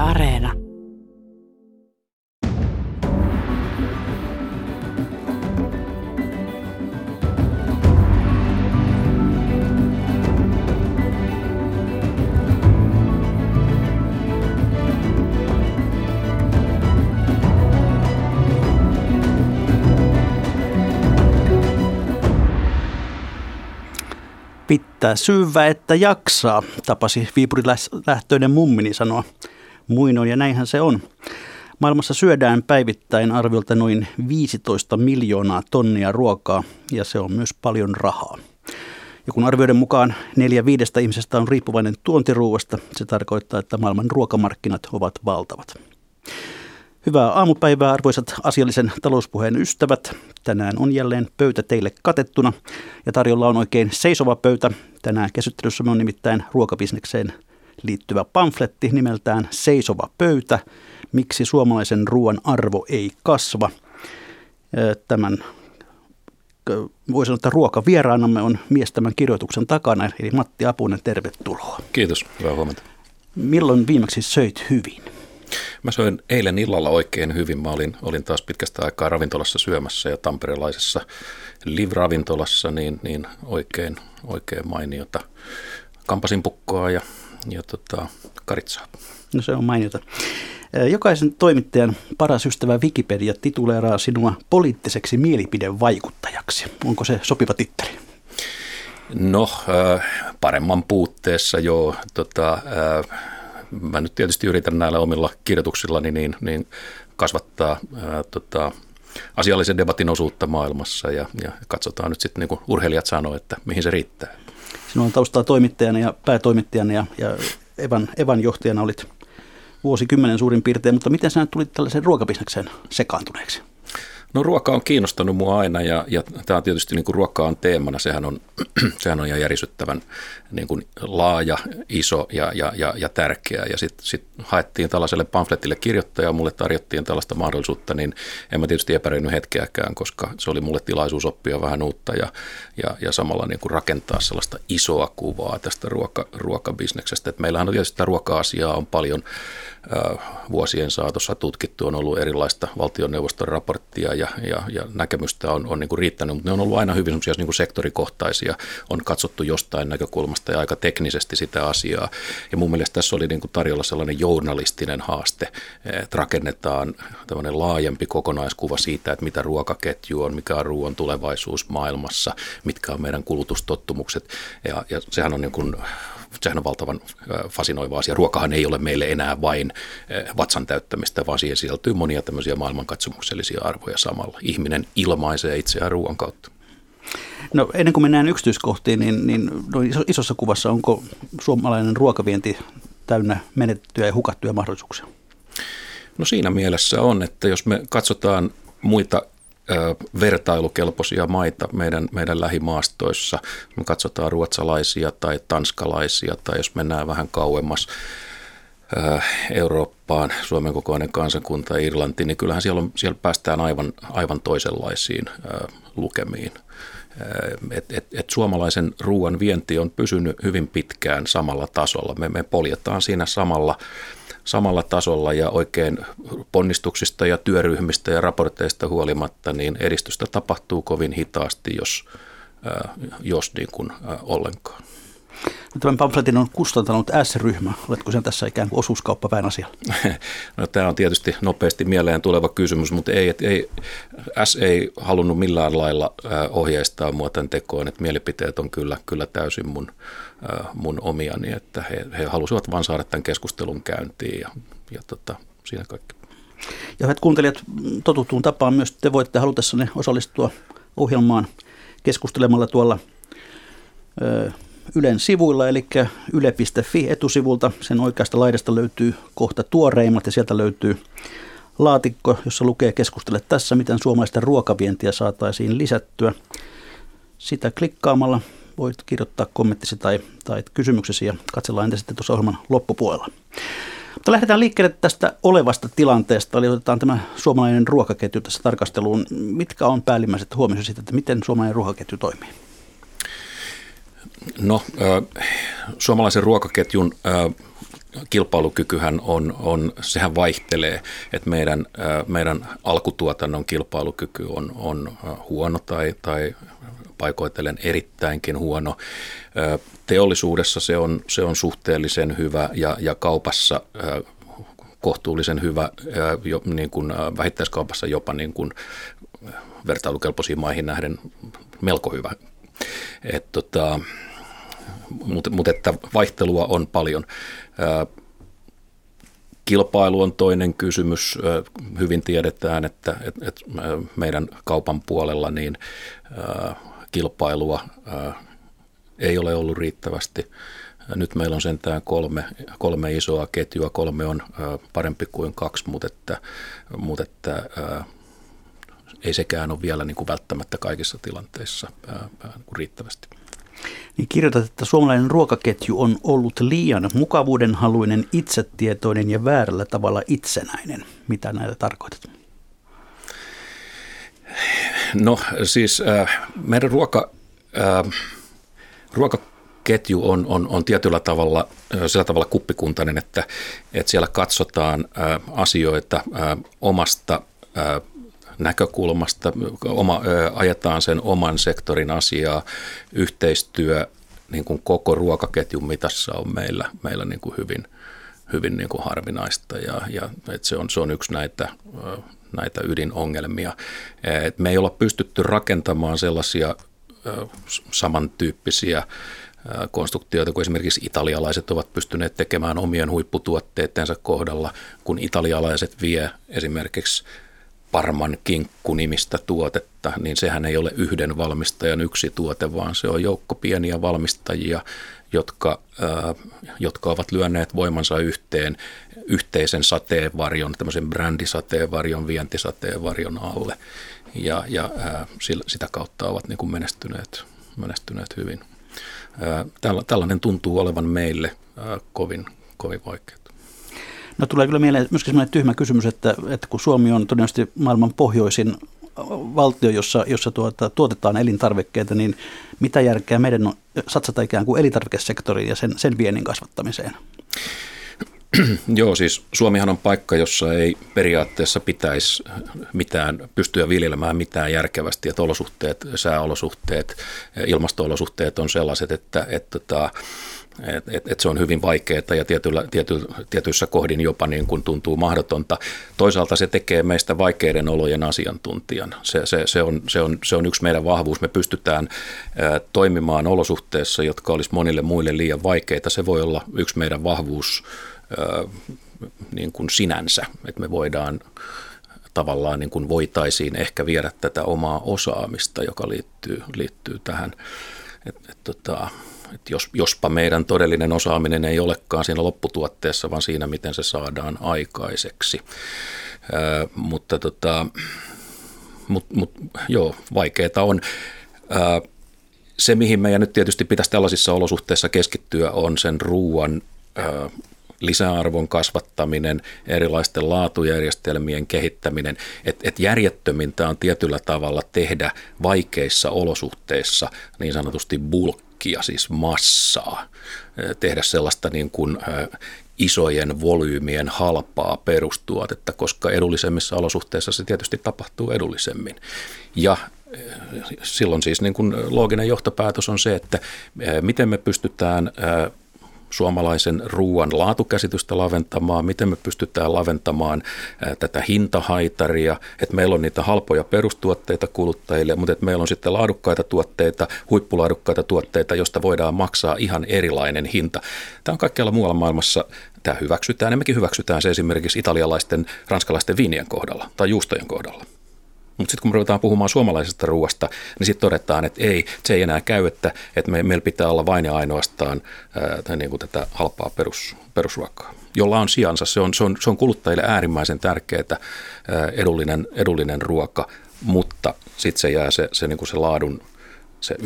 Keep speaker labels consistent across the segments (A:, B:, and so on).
A: Areena.
B: Pitää syyvää, että jaksaa, tapasi viipurilähtöinen mummini sanoa muinoin, ja näinhän se on. Maailmassa syödään päivittäin arviolta noin 15 miljoonaa tonnia ruokaa, ja se on myös paljon rahaa. Ja kun arvioiden mukaan 4/5 ihmisestä on riippuvainen tuontiruuasta, se tarkoittaa, että maailman ruokamarkkinat ovat valtavat. Hyvää aamupäivää, arvoisat asiallisen talouspuheen ystävät. Tänään on jälleen pöytä teille katettuna ja tarjolla on oikein seisova pöytä. Tänään käsittelyssämme on nimittäin ruokabisnekseen liittyvä pamfletti nimeltään Seisova pöytä. Miksi suomalaisen ruoan arvo ei kasva? Tämän voi sanoa, että ruokavieraanamme on mies tämän kirjoituksen takana, eli Matti Apunen, tervetuloa.
C: Kiitos, hyvää huomenta.
B: Milloin viimeksi söit hyvin?
C: Mä söin eilen illalla oikein hyvin. Mä olin taas pitkästä aikaa ravintolassa syömässä ja tamperelaisessa Liv-ravintolassa, niin oikein mainiota. Kampasin pukkoa ja karitsaa.
B: No se on mainiota. Jokaisen toimittajan paras ystävä Wikipedia tituleeraa sinua poliittiseksi mielipidevaikuttajaksi. Onko se sopiva titteli?
C: No, paremman puutteessa joo. Mä nyt tietysti yritän näillä omilla kirjoituksillani niin kasvattaa asiallisen debatin osuutta maailmassa ja katsotaan nyt sitten, niin kuin urheilijat sanoo, että mihin se riittää.
B: Sinulla on taustaa toimittajana ja päätoimittajana ja Evan johtajana olit vuosikymmenen suurin piirtein, mutta miten sä tulit tällaisen ruokabisnekseen sekaantuneeksi?
C: No ruoka on kiinnostanut mua aina ja tämä on tietysti niin kuin ruoka on teemana, sehän on ihan järisyttävän niin kuin laaja, iso ja tärkeä. Ja sitten haettiin tällaiselle pamfletille kirjoittajaa, mulle tarjottiin tällaista mahdollisuutta, niin en mä tietysti epäröinyt hetkeäkään, koska se oli mulle tilaisuus oppia vähän uutta ja samalla niin kuin rakentaa sellaista isoa kuvaa tästä ruokabisneksestä. Et meillähän on tietysti tämä ruoka-asiaa on paljon vuosien saatossa tutkittu, on ollut erilaista valtioneuvoston raporttia ja näkemystä on niin kuin riittänyt, mutta ne on ollut aina hyvin semmoisia niin kuin sektorikohtaisia, on katsottu jostain näkökulmasta ja aika teknisesti sitä asiaa. Ja mun mielestä tässä oli niin kuin tarjolla sellainen journalistinen haaste, että rakennetaan tämmöinen laajempi kokonaiskuva siitä, että mitä ruokaketju on, mikä on ruoan tulevaisuus maailmassa, mitkä on meidän kulutustottumukset ja sehän on niin kuin sehän on valtavan fasinoiva asia. Ruokahan ei ole meille enää vain vatsan täyttämistä, vaan siihen sisältyy monia tämmöisiä maailmankatsomuksellisia arvoja samalla. Ihminen ilmaisee itseään ruoan kautta.
B: No ennen kuin mennään yksityiskohtiin, niin isossa kuvassa onko suomalainen ruokavienti täynnä menetettyjä ja hukattuja mahdollisuuksia? No siinä mielessä on, että jos me katsotaan muita vertailukelpoisia maita meidän lähimaastoissa. Me katsotaan ruotsalaisia tai tanskalaisia tai jos mennään vähän kauemmas Eurooppaan, Suomen kokoinen kansakunta, Irlanti, niin kyllähän siellä päästään aivan toisenlaisiin lukemiin. Et suomalaisen ruoan vienti on pysynyt hyvin pitkään samalla tasolla. Me poljetaan siinä samalla tasolla ja oikein ponnistuksista ja työryhmistä ja raporteista huolimatta, niin edistystä tapahtuu kovin hitaasti, jos niin kuin ollenkaan. Tämän pamfletin on kustantanut S-ryhmä. Oletko sen tässä ikään kuin osuuskauppaväen asialla?
C: No, tämä on tietysti nopeasti mieleen tuleva kysymys, mutta S ei halunnut millään lailla ohjeistaa mua tämän tekoon, että mielipiteet on kyllä täysin mun omiani, että he halusivat vaan saada tämän keskustelun käyntiin ja siinä kaikki.
B: Ja hyvät kuuntelijat, totuttuun tapaan myös te voitte halutessanne osallistua ohjelmaan keskustelemalla tuolla Ylen sivuilla, eli yle.fi etusivulta. Sen oikeasta laidasta löytyy kohta tuoreimmat ja sieltä löytyy laatikko, jossa lukee keskustele tässä, miten suomalaisten ruokavientiä saataisiin lisättyä. Sitä klikkaamalla voit kirjoittaa kommenttisi tai kysymyksesi ja katsellaan entä sitten tuossa ohjelman loppupuolella. Mutta lähdetään liikkeelle tästä olevasta tilanteesta, eli otetaan tämä suomalainen ruokaketju tässä tarkasteluun. Mitkä on päällimmäiset huomioon siitä, että miten suomalainen ruokaketju toimii?
C: No, suomalaisen ruokaketjun kilpailukykyhän sehän vaihtelee, että meidän alkutuotannon kilpailukyky on huono tai paikoitellen erittäinkin huono. Teollisuudessa se on suhteellisen hyvä ja kaupassa kohtuullisen hyvä, niin kuin vähittäiskaupassa jopa niin kuin vertailukelpoisiin maihin nähden melko hyvä. Mutta että vaihtelua on paljon. Kilpailu on toinen kysymys. Hyvin tiedetään, että meidän kaupan puolella niin kilpailua ei ole ollut riittävästi. Nyt meillä on sentään kolme isoa ketjua. 3 on parempi kuin 2, mutta ei sekään ole vielä niin kuin välttämättä kaikissa tilanteissa riittävästi.
B: Niin kirjoitat, että suomalainen ruokaketju on ollut liian mukavuudenhaluinen, itsetietoinen ja väärällä tavalla itsenäinen. Mitä näitä tarkoitat?
C: No siis meidän ruokaketju on tietyllä tavalla sillä tavalla kuppikuntainen, että siellä katsotaan asioita omasta näkökulmasta, ajetaan sen oman sektorin asiaa, yhteistyö niin kuin koko ruokaketjun mitassa on meillä niin kuin hyvin niin kuin harvinaista ja että se on yksi näitä ydinongelmia. Et me ei olla pystytty rakentamaan sellaisia samantyyppisiä konstruktioita, kun esimerkiksi italialaiset ovat pystyneet tekemään omien huipputuotteidensa kohdalla, kun italialaiset vie esimerkiksi Parman kinkku-nimistä tuotetta, niin sehän ei ole yhden valmistajan yksi tuote, vaan se on joukko pieniä valmistajia, jotka ovat lyöneet voimansa yhteen yhteisen sateenvarjon, tämmöisen brändisateenvarjon, vientisateenvarjon alle. Ja sitä kautta ovat niin kuin menestyneet hyvin. Tällainen tuntuu olevan meille kovin vaikeaa.
B: No tulee kyllä mieleen myöskin sellainen tyhmä kysymys, että kun Suomi on todennäköisesti maailman pohjoisin valtio, jossa tuotetaan elintarvikkeita, niin mitä järkeä meidän on satsata ikään kuin elintarvikesektoriin ja sen viennin kasvattamiseen?
C: Joo, siis Suomihan on paikka, jossa ei periaatteessa pitäisi pystyä viljelemään mitään järkevästi, että sääolosuhteet, ilmasto-olosuhteet on sellaiset, että se on hyvin vaikeaa ja tietyissä kohdin jopa niin kuin tuntuu mahdotonta. Toisaalta se tekee meistä vaikeiden olojen asiantuntijan. Se on yksi meidän vahvuus. Me pystytään toimimaan olosuhteissa, jotka olisi monille muille liian vaikeita. Se voi olla yksi meidän vahvuus niin kuin sinänsä, että me voidaan tavallaan niin kuin voitaisiin ehkä viedä tätä omaa osaamista, joka liittyy tähän, että jospa meidän todellinen osaaminen ei olekaan siinä lopputuotteessa, vaan siinä, miten se saadaan aikaiseksi. Mutta joo, vaikeaa on. Se, mihin meidän nyt tietysti pitäisi tällaisissa olosuhteissa keskittyä, on sen ruuan lisäarvon kasvattaminen, erilaisten laatujärjestelmien kehittäminen. Et järjettömintä on tietyllä tavalla tehdä vaikeissa olosuhteissa niin sanotusti bulkkia, siis massaa. Tehdä sellaista niin kuin isojen volyymien halpaa perustuotetta, koska edullisemmissa olosuhteissa se tietysti tapahtuu edullisemmin. Ja silloin siis niin kuin looginen johtopäätös on se, että miten me pystytään suomalaisen ruuan laatukäsitystä laventamaan, miten me pystytään laventamaan tätä hintahaitaria, että meillä on niitä halpoja perustuotteita kuluttajille, mutta että meillä on sitten laadukkaita tuotteita, huippulaadukkaita tuotteita, joista voidaan maksaa ihan erilainen hinta. Tämä on kaikkialla muualla maailmassa, tämä hyväksytään, ja mekin hyväksytään se esimerkiksi italialaisten, ranskalaisten viinien kohdalla tai juustojen kohdalla. Mutta sitten kun me ruvetaan puhumaan suomalaisesta ruuasta, niin sitten todetaan, että se ei enää käy, että meillä pitää olla vain ja ainoastaan niin kuin tätä halpaa perusruokaa, jolla on sijansa. Se on kuluttajille äärimmäisen tärkeää edullinen ruoka, mutta sitten se jää se, niin kuin se laadun, se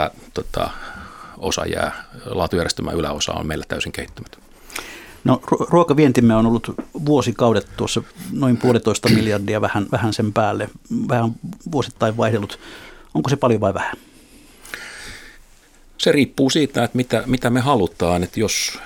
C: osa jää, laatujärjestelmän yläosa on meillä täysin kehittymätön.
B: No ruokavientimme on ollut vuosikaudet tuossa noin 1,5 miljardia, vähän sen päälle, vähän vuosittain vaihdellut. Onko se paljon vai vähän?
C: Se riippuu siitä, että mitä me halutaan, että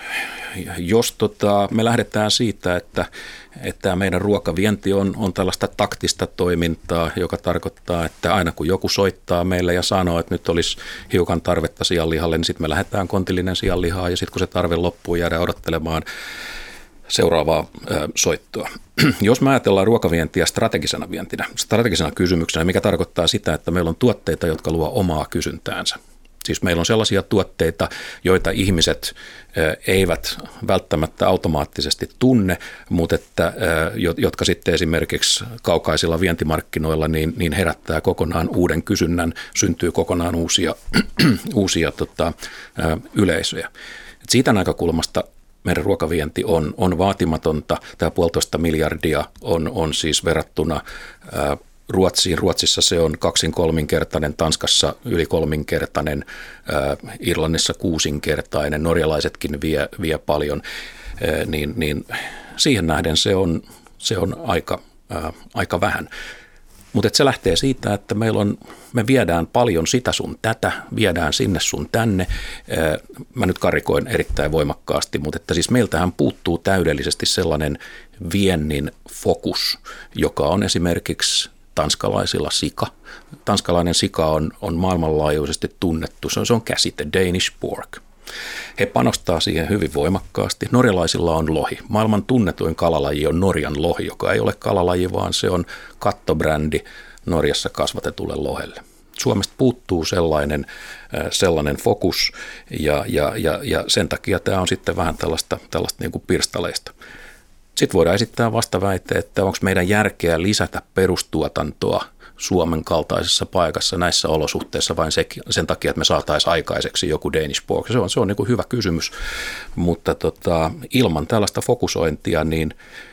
C: jos me lähdetään siitä, että meidän ruokavienti on tällaista taktista toimintaa, joka tarkoittaa, että aina kun joku soittaa meille ja sanoo, että nyt olisi hiukan tarvetta sianlihalle, niin sitten me lähdetään kontillinen sianlihaa ja sitten kun se tarve loppuu, jäädään odottelemaan seuraavaa soittoa. Jos me ajatellaan ruokavientiä strategisena kysymyksenä, mikä tarkoittaa sitä, että meillä on tuotteita, jotka luo omaa kysyntäänsä. Siis meillä on sellaisia tuotteita, joita ihmiset eivät välttämättä automaattisesti tunne, mutta jotka sitten esimerkiksi kaukaisilla vientimarkkinoilla niin herättää kokonaan uuden kysynnän, syntyy kokonaan uusia yleisöjä. Et siitä näkökulmasta meidän ruokavienti on vaatimatonta. Tämä 1,5 miljardia on siis verrattuna Ruotsiin. Ruotsissa se on 2-3-kertainen, Tanskassa yli 3-kertainen, Irlannissa 6-kertainen, norjalaisetkin vie paljon, niin siihen nähden se on aika vähän. Mutta se lähtee siitä, että me viedään paljon sitä sun tätä, viedään sinne sun tänne. Mä nyt karikoin erittäin voimakkaasti, mutta että siis meiltähän puuttuu täydellisesti sellainen viennin fokus, joka on esimerkiksi tanskalaisilla sika. Tanskalainen sika on maailmanlaajuisesti tunnettu, se on käsite, Danish pork. He panostaa siihen hyvin voimakkaasti. Norjalaisilla on lohi. Maailman tunnetuin kalalaji on Norjan lohi, joka ei ole kalalaji, vaan se on kattobrändi Norjassa kasvatetulle lohelle. Suomesta puuttuu sellainen fokus ja sen takia tämä on sitten vähän tällaista niin kuin pirstaleista. Sitten voidaan esittää vastaväite, että onko meidän järkeä lisätä perustuotantoa Suomen kaltaisessa paikassa näissä olosuhteissa vain sen takia, että me saataisiin aikaiseksi joku Danish pork. Se on niin kuin hyvä kysymys, mutta ilman tällaista fokusointia niin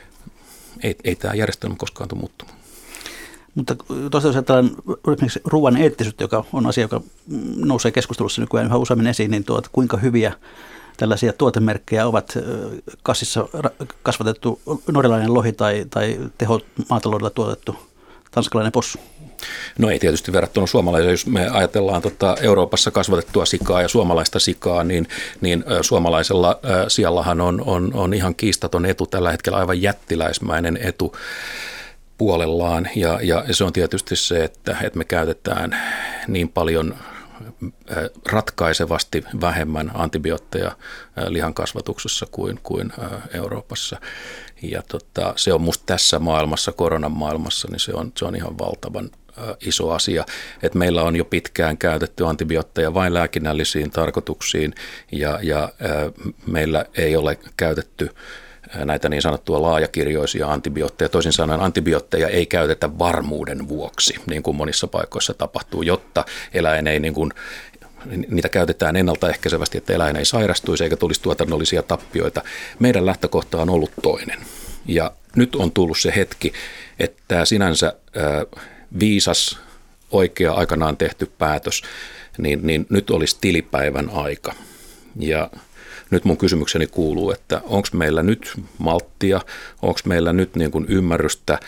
C: ei tämä järjestelmä koskaan tule muuttumaan.
B: Mutta tosiaan jos ajatellaan esimerkiksi ruoan eettisyyttä, joka on asia, joka nousee keskustelussa nykyään yhä useammin esiin, niin kuinka hyviä tällaisia tuotemerkkejä ovat kassissa kasvatettu norjalainen lohi tai tehomaataloudella tuotettu tanskalainen possu?
C: No ei tietysti verrattuna suomalaiseen, jos me ajatellaan Euroopassa kasvatettua sikaa ja suomalaista sikaa, niin suomalaisella siallahan on ihan kiistaton etu tällä hetkellä, aivan jättiläismäinen etu puolellaan ja se on tietysti se, että me käytetään niin paljon ratkaisevasti vähemmän antibiootteja lihan kasvatuksessa kuin Euroopassa. Ja se on musta tässä maailmassa, koronan maailmassa, niin se on ihan valtavan iso asia. Että meillä on jo pitkään käytetty antibiootteja vain lääkinnällisiin tarkoituksiin ja meillä ei ole käytetty näitä niin sanottua laajakirjoisia antibiootteja. Toisin sanoen antibiootteja ei käytetä varmuuden vuoksi, niin kuin monissa paikoissa tapahtuu, jotta eläin ei niitä käytetään ennaltaehkäisevästi, että eläin ei sairastuisi eikä tulisi tuotannollisia tappioita. Meidän lähtökohta on ollut toinen. Ja nyt on tullut se hetki, että sinänsä viisas, oikea aikanaan tehty päätös, niin nyt olisi tilipäivän aika. Ja nyt mun kysymykseni kuuluu, että onko meillä nyt malttia, onko meillä nyt niin kuin ymmärrystä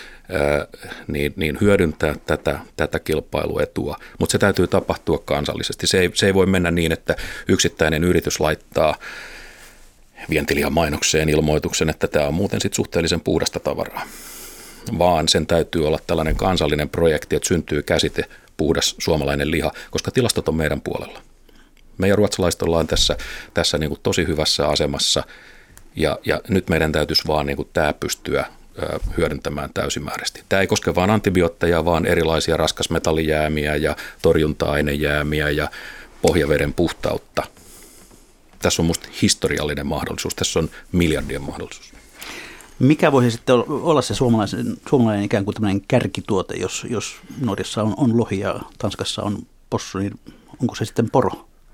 C: niin hyödyntää tätä kilpailuetua, mutta se täytyy tapahtua kansallisesti. Se ei voi mennä niin, että yksittäinen yritys laittaa vientilihan mainokseen ilmoituksen, että tämä on muuten sit suhteellisen puhdasta tavaraa, vaan sen täytyy olla tällainen kansallinen projekti, että syntyy käsite puhdas suomalainen liha, koska tilastot on meidän puolella. Meidän ruotsalaiset ollaan tässä niin kuin tosi hyvässä asemassa ja nyt meidän täytyisi vaan niin kuin tämä pystyä hyödyntämään täysimääräisesti. Tämä ei koske vain antibiootteja, vaan erilaisia raskasmetallijäämiä ja torjunta-ainejäämiä ja pohjaveden puhtautta. Tässä on musta historiallinen mahdollisuus, tässä on miljardien mahdollisuus.
B: Mikä voisi sitten olla se suomalainen ikään kuin tämmöinen kärkituote, jos Norjassa on lohi ja Tanskassa on possu, niin onko se sitten poro?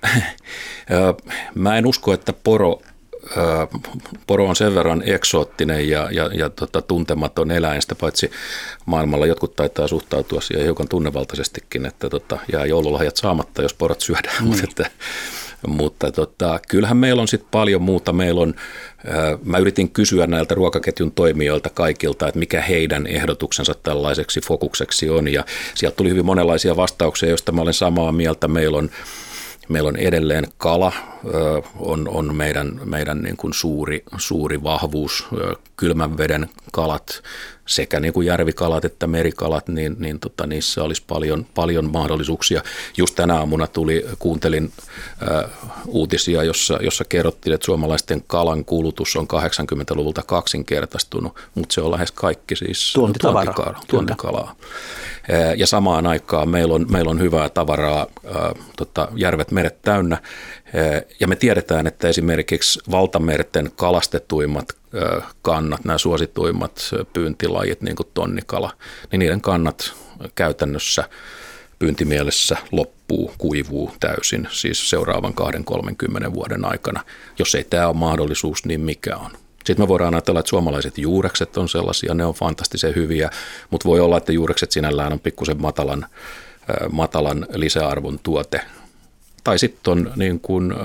C: Mä en usko, että poro on sen verran eksoottinen ja tuntematon eläin, sitä paitsi maailmalla jotkut taitaa suhtautua siihen hiukan tunnevaltaisestikin, että jää joululahjat saamatta, jos porot syödään, mutta kyllähän meillä on sitten paljon muuta. Mä yritin kysyä näiltä ruokaketjun toimijoilta kaikilta, että mikä heidän ehdotuksensa tällaiseksi fokukseksi on, ja sieltä tuli hyvin monenlaisia vastauksia, joista mä olen samaa mieltä. Meillä on edelleen kala, on meidän niin kuin suuri vahvuus. Kylmän veden kalat, sekä niin kuin järvikalat että merikalat, niin niissä olisi paljon mahdollisuuksia. Just tänä aamuna kuuntelin uutisia, jossa kerrottiin, että suomalaisten kalan kulutus on 80-luvulta kaksinkertaistunut, mutta se on lähes kaikki siis tuontikalaa. Ja samaan aikaan meillä on hyvää tavaraa, järvet, meret täynnä, ja me tiedetään, että esimerkiksi valtamerten kalastetuimmat kannat, nämä suosituimmat pyyntilajit, niin kuin tonnikala, niin niiden kannat käytännössä pyyntimielessä loppuu, kuivuu täysin, siis seuraavan 20-30 vuoden aikana. Jos ei tämä ole mahdollisuus, niin mikä on? Sitten me voidaan ajatella, että suomalaiset juurekset on sellaisia, ne on fantastisen hyviä, mutta voi olla, että juurekset sinällään on pikkusen matalan lisäarvon tuote. Tai sitten on niin kuin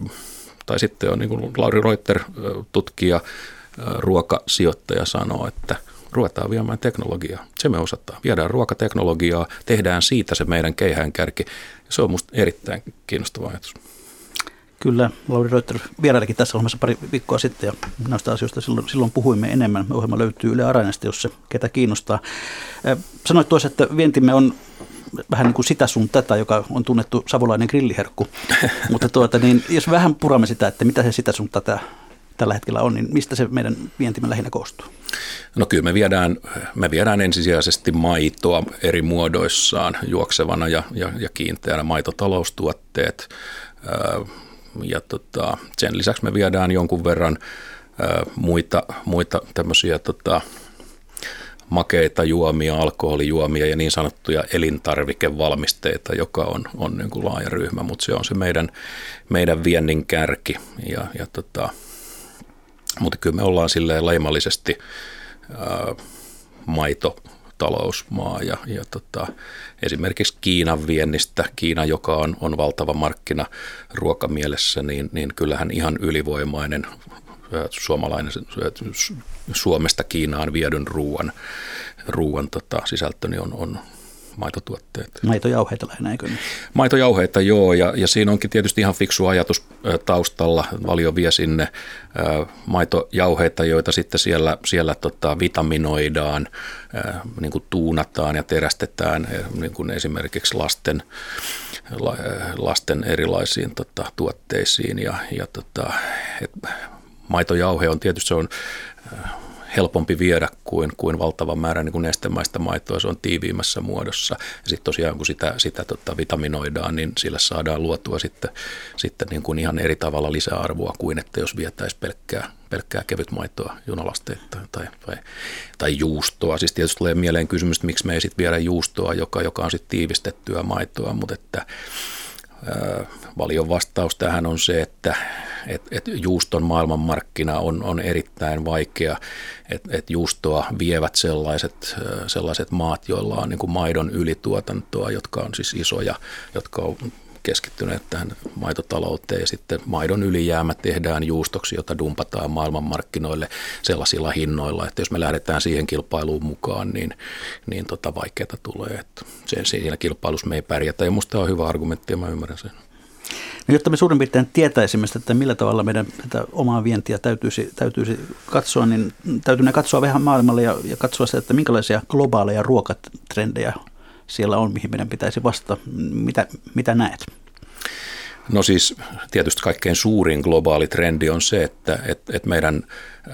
C: Lauri Reuter, tutkija, ruokasijoittaja, sanoo, että ruvetaan viemään teknologiaa. Se me osataan. Viedään ruokateknologiaa, tehdään siitä se meidän keihäänkärki. Se on musta erittäin kiinnostava ajatus.
B: Kyllä, Lauri Reuter vierailikin tässä ohjelmassa pari viikkoa sitten ja näistä asioista silloin puhuimme enemmän. Ohjelma löytyy Yle Areenasta, jos se ketä kiinnostaa. Sanoit tuossa, että vientimme on vähän niin kuin sitä sun tätä, joka on tunnettu savolainen grilliherkku. Mutta jos vähän puramme sitä, että mitä se sitä sun tätä tällä hetkellä on, niin mistä se meidän vientimme lähinnä koostuu?
C: No kyllä me viedään ensisijaisesti maitoa eri muodoissaan, juoksevana ja kiinteänä, maitotaloustuotteet. Ja sen lisäksi me viedään jonkun verran muita tämmöisiä makeita juomia, alkoholijuomia ja niin sanottuja elintarvikevalmisteita, joka on niin kuin laaja ryhmä, mutta se on se meidän viennin kärki. Mutta kyllä me ollaan silleen leimallisesti maitotalousmaa ja esimerkiksi Kiinan viennistä, Kiina, joka on valtava markkina ruokamielessä, niin kyllähän ihan ylivoimainen suomalainen Suomesta Kiinaan viedyn ruoan sisältö on maitotuotteet.
B: Maitojauheita lähinnä, eikö niin?
C: Maitojauheita, joo, ja siinä onkin tietysti ihan fiksu ajatus taustalla. Valio vie sinne maitojauheita, joita sitten siellä vitaminoidaan, niin kuin tuunataan ja terästetään, niin kuin esimerkiksi lasten erilaisiin tuotteisiin. Maitojauhe on tietysti se on helpompi viedä kuin valtava määrä niin kuin nestemäistä maitoa, se on tiiviimmässä muodossa. Ja sitten tosiaan kun sitä vitaminoidaan, niin sillä saadaan luotua sitten niin kuin ihan eri tavalla lisäarvoa kuin että jos vietäisiin pelkkää kevytmaitoa junalasteittain tai juustoa. Siis tietysti tulee mieleen kysymys, että miksi me ei sitten viedä juustoa, joka on sitten tiivistettyä maitoa, mutta että Valion vastaus tähän on se, että juuston maailmanmarkkina on erittäin vaikea, että juustoa vievät sellaiset maat, joilla on niin kuin maidon ylituotantoa, jotka on siis isoja, jotka on keskittyneet tähän maitotalouteen, ja sitten maidon ylijäämä tehdään juustoksi, jota dumpataan maailmanmarkkinoille sellaisilla hinnoilla, että jos me lähdetään siihen kilpailuun mukaan, niin vaikeaa tulee, että siinä kilpailussa me ei pärjätä, ja musta on hyvä argumentti, ja mä ymmärrän sen.
B: No, jotta me suurin piirtein tietäisimme, että millä tavalla meidän tätä omaa vientiä täytyisi katsoa, niin täytyy katsoa vähän maailmalle ja katsoa se, että minkälaisia globaaleja ruokatrendejä siellä on, mihin meidän pitäisi vastata. Mitä näet?
C: No siis tietysti kaikkein suurin globaali trendi on se, että meidän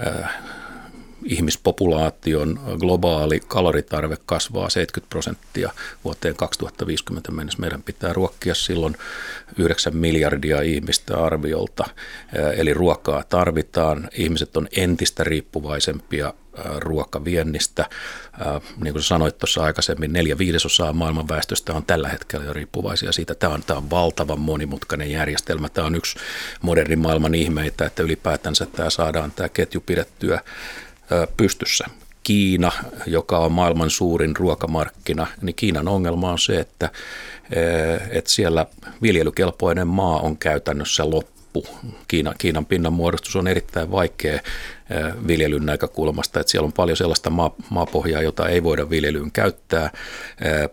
C: ihmispopulaation globaali kaloritarve kasvaa 70% vuoteen 2050 mennessä. Meidän pitää ruokkia silloin 9 miljardia ihmistä arviolta, eli ruokaa tarvitaan. Ihmiset on entistä riippuvaisempia ruokaviennistä. Niin kuin sanoit tuossa aikaisemmin, 4/5 maailman väestöstä on tällä hetkellä jo riippuvaisia siitä. Tämä on valtavan monimutkainen järjestelmä. Tämä on yksi modernin maailman ihmeitä, että ylipäätänsä saadaan tämä ketju pidettyä pystyssä. Kiina, joka on maailman suurin ruokamarkkina, niin Kiinan ongelma on se, että siellä viljelykelpoinen maa on käytännössä loppu. Kiinan pinnan muodostus on erittäin vaikea viljelyn näkökulmasta, että siellä on paljon sellaista maapohjaa, jota ei voida viljelyyn käyttää.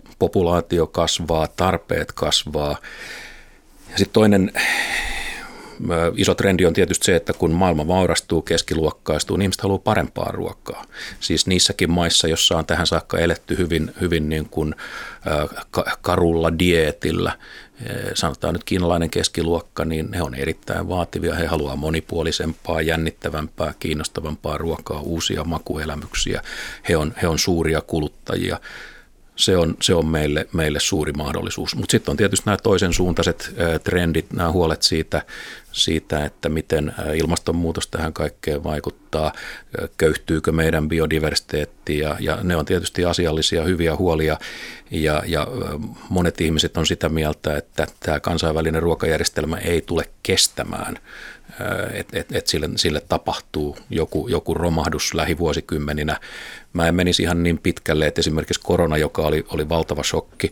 C: Populaatio kasvaa, tarpeet kasvaa. Ja sitten toinen iso trendi on tietysti se, että kun maailma vaurastuu, keskiluokkaistuu, niin ihmiset haluaa parempaa ruokaa. Siis niissäkin maissa, jossa on tähän saakka eletty hyvin niin kuin karulla dieetillä, sanotaan nyt kiinalainen keskiluokka, niin he on erittäin vaativia. He haluaa monipuolisempaa, jännittävämpää, kiinnostavampaa ruokaa, uusia makuelämyksiä. He on suuria kuluttajia. Se on meille suuri mahdollisuus. Mutta sitten on tietysti nämä toisen suuntaiset trendit, nämä huolet siitä, että miten ilmastonmuutos tähän kaikkeen vaikuttaa, köyhtyykö meidän biodiversiteetti, ja ne on tietysti asiallisia hyviä huolia, ja monet ihmiset on sitä mieltä, että tämä kansainvälinen ruokajärjestelmä ei tule kestämään, että sille tapahtuu joku romahdus lähivuosikymmeninä. Mä en menisi ihan niin pitkälle, että esimerkiksi korona, joka oli valtava shokki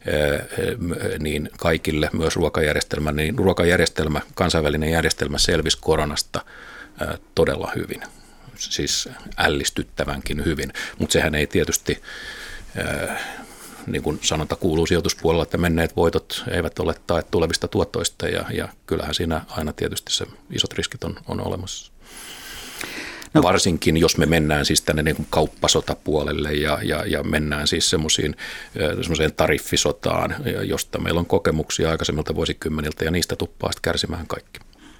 C: niin kaikille, myös ruokajärjestelmä, kansainvälinen järjestelmä selvisi koronasta todella hyvin, siis ällistyttävänkin hyvin, mutta sehän ei tietysti, niin kuin sanonta kuuluu sijoituspuolella, että menneet voitot eivät ole tae tulevista tuottoista, ja kyllähän siinä aina tietysti se isot riskit on olemassa. No, varsinkin jos me mennään siis tänne niin kuin kauppasotapuolelle ja mennään siis semmoiseen tariffisotaan, josta meillä on kokemuksia aikaisemmilta vuosikymmeniltä, ja niistä tuppaa sitten kärsimään kaikki.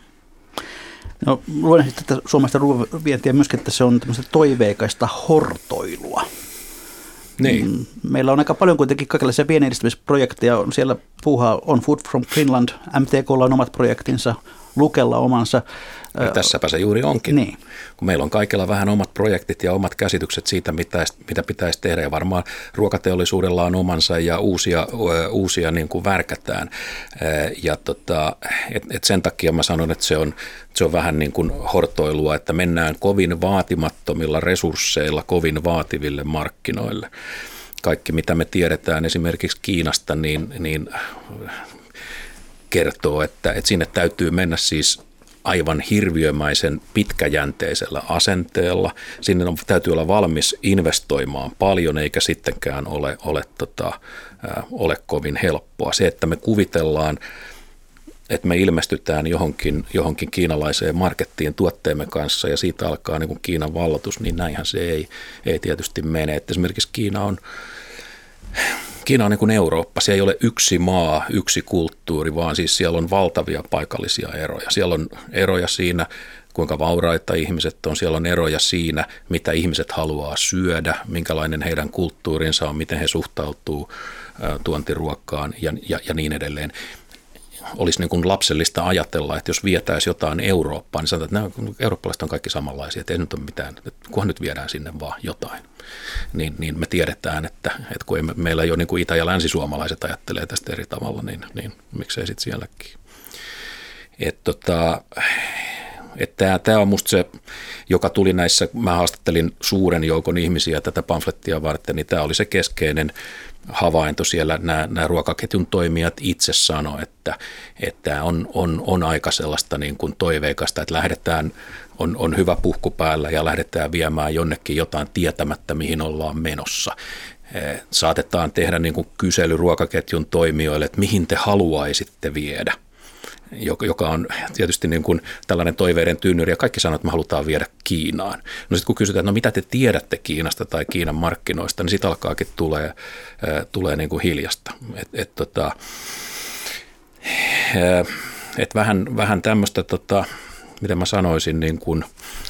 B: No, luen sitten suomalaista ruoanvientiä myöskin, että se on tämmöistä toiveikaista hortoilua.
C: Niin.
B: Meillä on aika paljon kuitenkin kaikenlaisia vienninedistämisprojekteja. Siellä puuhaa on Food from Finland, MTK:lla on omat projektinsa, Lukella omansa.
C: Ja tässäpä se juuri onkin,
B: niin.
C: Kun meillä on kaikilla vähän omat projektit ja omat käsitykset siitä, mitä pitäisi tehdä, ja varmaan ruokateollisuudella on omansa ja uusia niin kuin värkätään. Ja et sen takia mä sanon, että se on vähän niin kuin hortoilua, että mennään kovin vaatimattomilla resursseilla kovin vaativille markkinoille. Kaikki, mitä me tiedetään esimerkiksi Kiinasta, niin kertoo, että sinne täytyy mennä siis aivan hirviömäisen pitkäjänteisellä asenteella. Sinne täytyy olla valmis investoimaan paljon, eikä sittenkään ole kovin helppoa. Se, että me kuvitellaan, että me ilmestytään johonkin kiinalaiseen markettiin tuotteemme kanssa, ja siitä alkaa niin kuin Kiinan vallatus, niin näinhän se ei tietysti mene. Että esimerkiksi Kiina on niin kuin Eurooppa. Se ei ole yksi maa, yksi kulttuuri, vaan siis siellä on valtavia paikallisia eroja. Siellä on eroja siinä, kuinka vauraita ihmiset on. Siellä on eroja siinä, mitä ihmiset haluaa syödä, minkälainen heidän kulttuurinsa on, miten he suhtautuu tuontiruokkaan ja niin edelleen. Olisi niin kuin lapsellista ajatella, että jos vietäisiin jotain Eurooppaan, niin sanotaan, että nämä eurooppalaiset on kaikki samanlaisia, että ei nyt ole mitään, että kunhan nyt viedään sinne vaan jotain. Niin me tiedetään, että kun meillä jo niin kuin itä- ja länsisuomalaiset ajattelee tästä eri tavalla, niin miksei sitten sielläkin. Tämä on musta se, joka tuli näissä, mä haastattelin suuren joukon ihmisiä tätä pamflettia varten, niin tämä oli se keskeinen havainto siellä. Nämä ruokaketjun toimijat itse sanoi, että on aika sellaista niin kuin toiveikasta, että lähdetään, on hyvä puhku päällä ja lähdetään viemään jonnekin jotain tietämättä, mihin ollaan menossa. Saatetaan tehdä niin kuin kysely ruokaketjun toimijoille, että mihin te haluaisitte viedä, joka on tietysti niin kuin tällainen toiveiden tynnyri, ja kaikki sanoo, että me halutaan viedä Kiinaan. No sitten kun kysytään, että no mitä te tiedätte Kiinasta tai Kiinan markkinoista, niin sitten alkaakin tulee niin kuin hiljasta. Vähän tämmöistä, miten mä sanoisin, niin kuin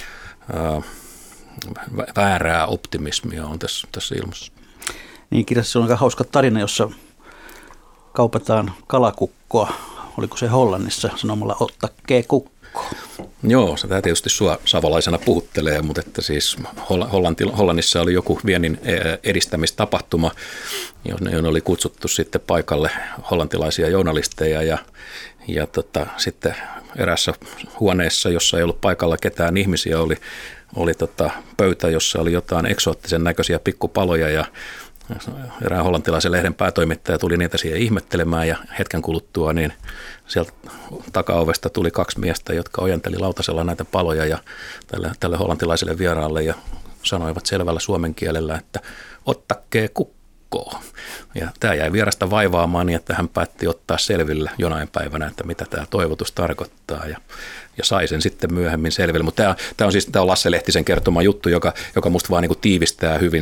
C: väärää optimismia on tässä ilmassa.
B: Niin, kirjassa on aika hauska tarina, jossa kaupataan kalakukkoa. Oliko se Hollannissa sanomalla ottakkee kukko?
C: Joo, se tietysti sua savolaisena puhuttelee, mutta että siis Hollannissa oli joku viennin edistämistapahtuma, johon oli kutsuttu sitten paikalle hollantilaisia journalisteja ja sitten erässä huoneessa, jossa ei ollut paikalla ketään ihmisiä, oli pöytä, jossa oli jotain eksoottisen näköisiä pikkupaloja, ja erään hollantilaisen lehden päätoimittaja tuli niitä siihen ihmettelemään, ja hetken kuluttua niin sieltä takaovesta tuli 2 miestä, jotka ojenteli lautasella näitä paloja ja tälle hollantilaiselle vieraalle ja sanoivat selvällä suomen kielellä, että ottakkee kukko. kalakukkoa. Ja tämä jäi vierasta vaivaamaan niin, että hän päätti ottaa selville jonain päivänä, että mitä tämä toivotus tarkoittaa. Ja sai sen sitten myöhemmin selville. Mutta tämä on Lasse Lehtisen kertoma juttu, joka musta vaan niin kuin tiivistää hyvin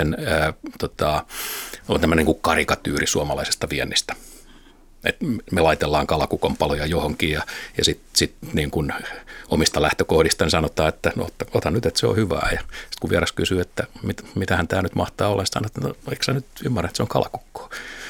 C: on tämmöinen niin kuin karikatyyri suomalaisesta viennistä. Et me laitellaan kalakukon paloja johonkin ja sit niin kuin omista lähtökohdista sanotaan, että no, ota nyt, että se on hyvää. Ja sitten kun vieras kysyy, että mitähän tämä nyt mahtaa olla, sanotaan, että no, eikö sä nyt ymmärrä, että se on kalakukko.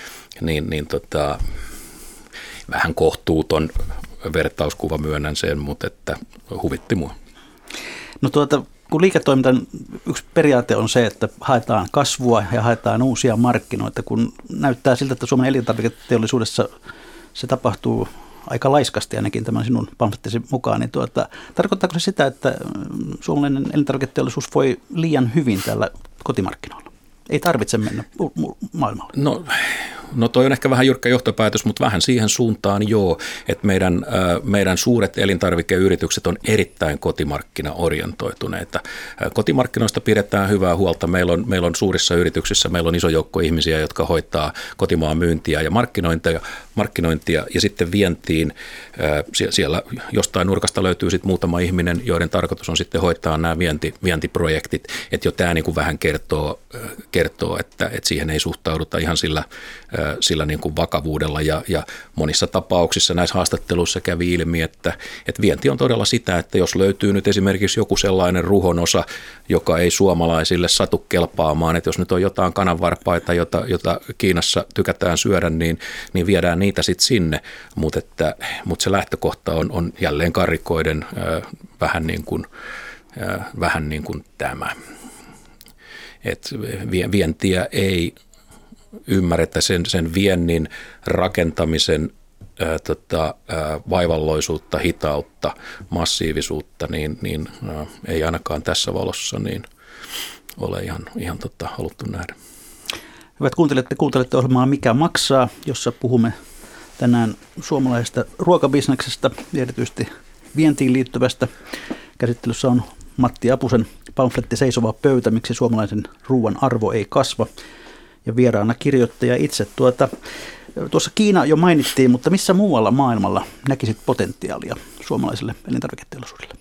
C: Vähän kohtuuton vertauskuva, myönnän sen, mutta että huvitti mua.
B: No kun liiketoimintan yksi periaate on se, että haetaan kasvua ja haetaan uusia markkinoita, kun näyttää siltä, että Suomen elintarviketeollisuudessa se tapahtuu aika laiskasti ainakin tämän sinun pamflettisi mukaan, niin tarkoittaako se sitä, että suomalainen elintarviketeollisuus voi liian hyvin tällä kotimarkkinoilla? Ei tarvitse mennä maailmalle.
C: No toi on ehkä vähän jyrkkä johtopäätös, mutta vähän siihen suuntaan joo, että meidän suuret elintarvikeyritykset on erittäin kotimarkkinaorientoituneita. Kotimarkkinoista pidetään hyvää huolta. Meillä on suurissa yrityksissä, meillä on iso joukko ihmisiä, jotka hoitaa kotimaan myyntiä ja markkinointia ja sitten vientiin. Siellä jostain nurkasta löytyy sitten muutama ihminen, joiden tarkoitus on sitten hoitaa nämä vientiprojektit. Että jo tämä niin kuin vähän kertoo, että siihen ei suhtauduta ihan sillä niin kuin vakavuudella ja monissa tapauksissa näissä haastatteluissa kävi ilmi, että vienti on todella sitä, että jos löytyy nyt esimerkiksi joku sellainen ruhonosa, joka ei suomalaisille satu kelpaamaan, että jos nyt on jotain kananvarpaita, jota Kiinassa tykätään syödä, niin viedään niitä sitten sinne, mutta se lähtökohta on jälleen karrikoiden vähän niin kuin tämä, että vientiä ei ymmärretä sen viennin rakentamisen vaivalloisuutta, hitautta, massiivisuutta, niin ei ainakaan tässä valossa niin ole ihan haluttu nähdä.
B: Hyvät kuuntelijat, te kuuntelette ohjelmaa Mikä maksaa, jossa puhumme tänään suomalaisesta ruokabisneksestä, erityisesti vientiin liittyvästä. Käsittelyssä on Matti Apusen pamfletti Seisova pöytä, miksi suomalaisen ruoan arvo ei kasva. Ja vieraana kirjoittaja itse. Tuossa Kiina jo mainittiin, mutta missä muualla maailmalla näkisit potentiaalia suomalaiselle elintarviketeollisuudelle?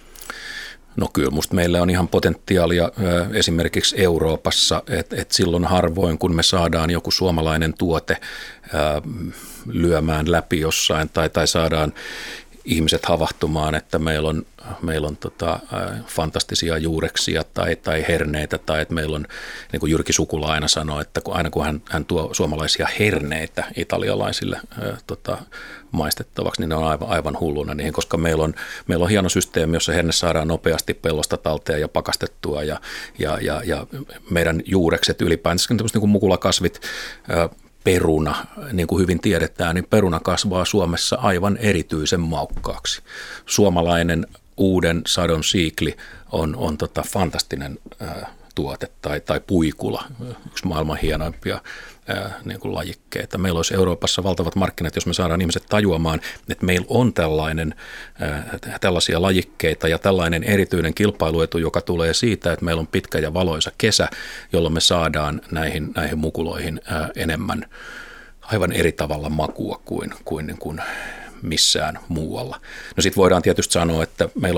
C: No kyllä, musta meillä on ihan potentiaalia esimerkiksi Euroopassa, että silloin harvoin, kun me saadaan joku suomalainen tuote lyömään läpi jossain tai saadaan ihmiset havahtumaan, että meillä on fantastisia juureksia tai herneitä, tai että meillä on, niin kuin Jyrki Sukula aina sanoo, että aina kun hän tuo suomalaisia herneitä italialaisille maistettavaksi, niin ne on aivan hulluna niihin, koska meillä on hieno systeemi, jossa herne saadaan nopeasti pellosta talteen ja pakastettua, ja meidän juurekset ylipäätään, niin kuin mukulakasvit, peruna, niin kuin hyvin tiedetään, niin peruna kasvaa Suomessa aivan erityisen maukkaaksi. Suomalainen uuden sadon siikli on fantastinen tuote tai puikula, yksi maailman hienoimpia niin kuin lajikkeita. Meillä olisi Euroopassa valtavat markkinat, jos me saadaan ihmiset tajuamaan, että meillä on tällaisia lajikkeita ja tällainen erityinen kilpailuetu, joka tulee siitä, että meillä on pitkä ja valoisa kesä, jolloin me saadaan näihin mukuloihin enemmän aivan eri tavalla makua kuin missään muualla. No sitten voidaan tietysti sanoa, että meillä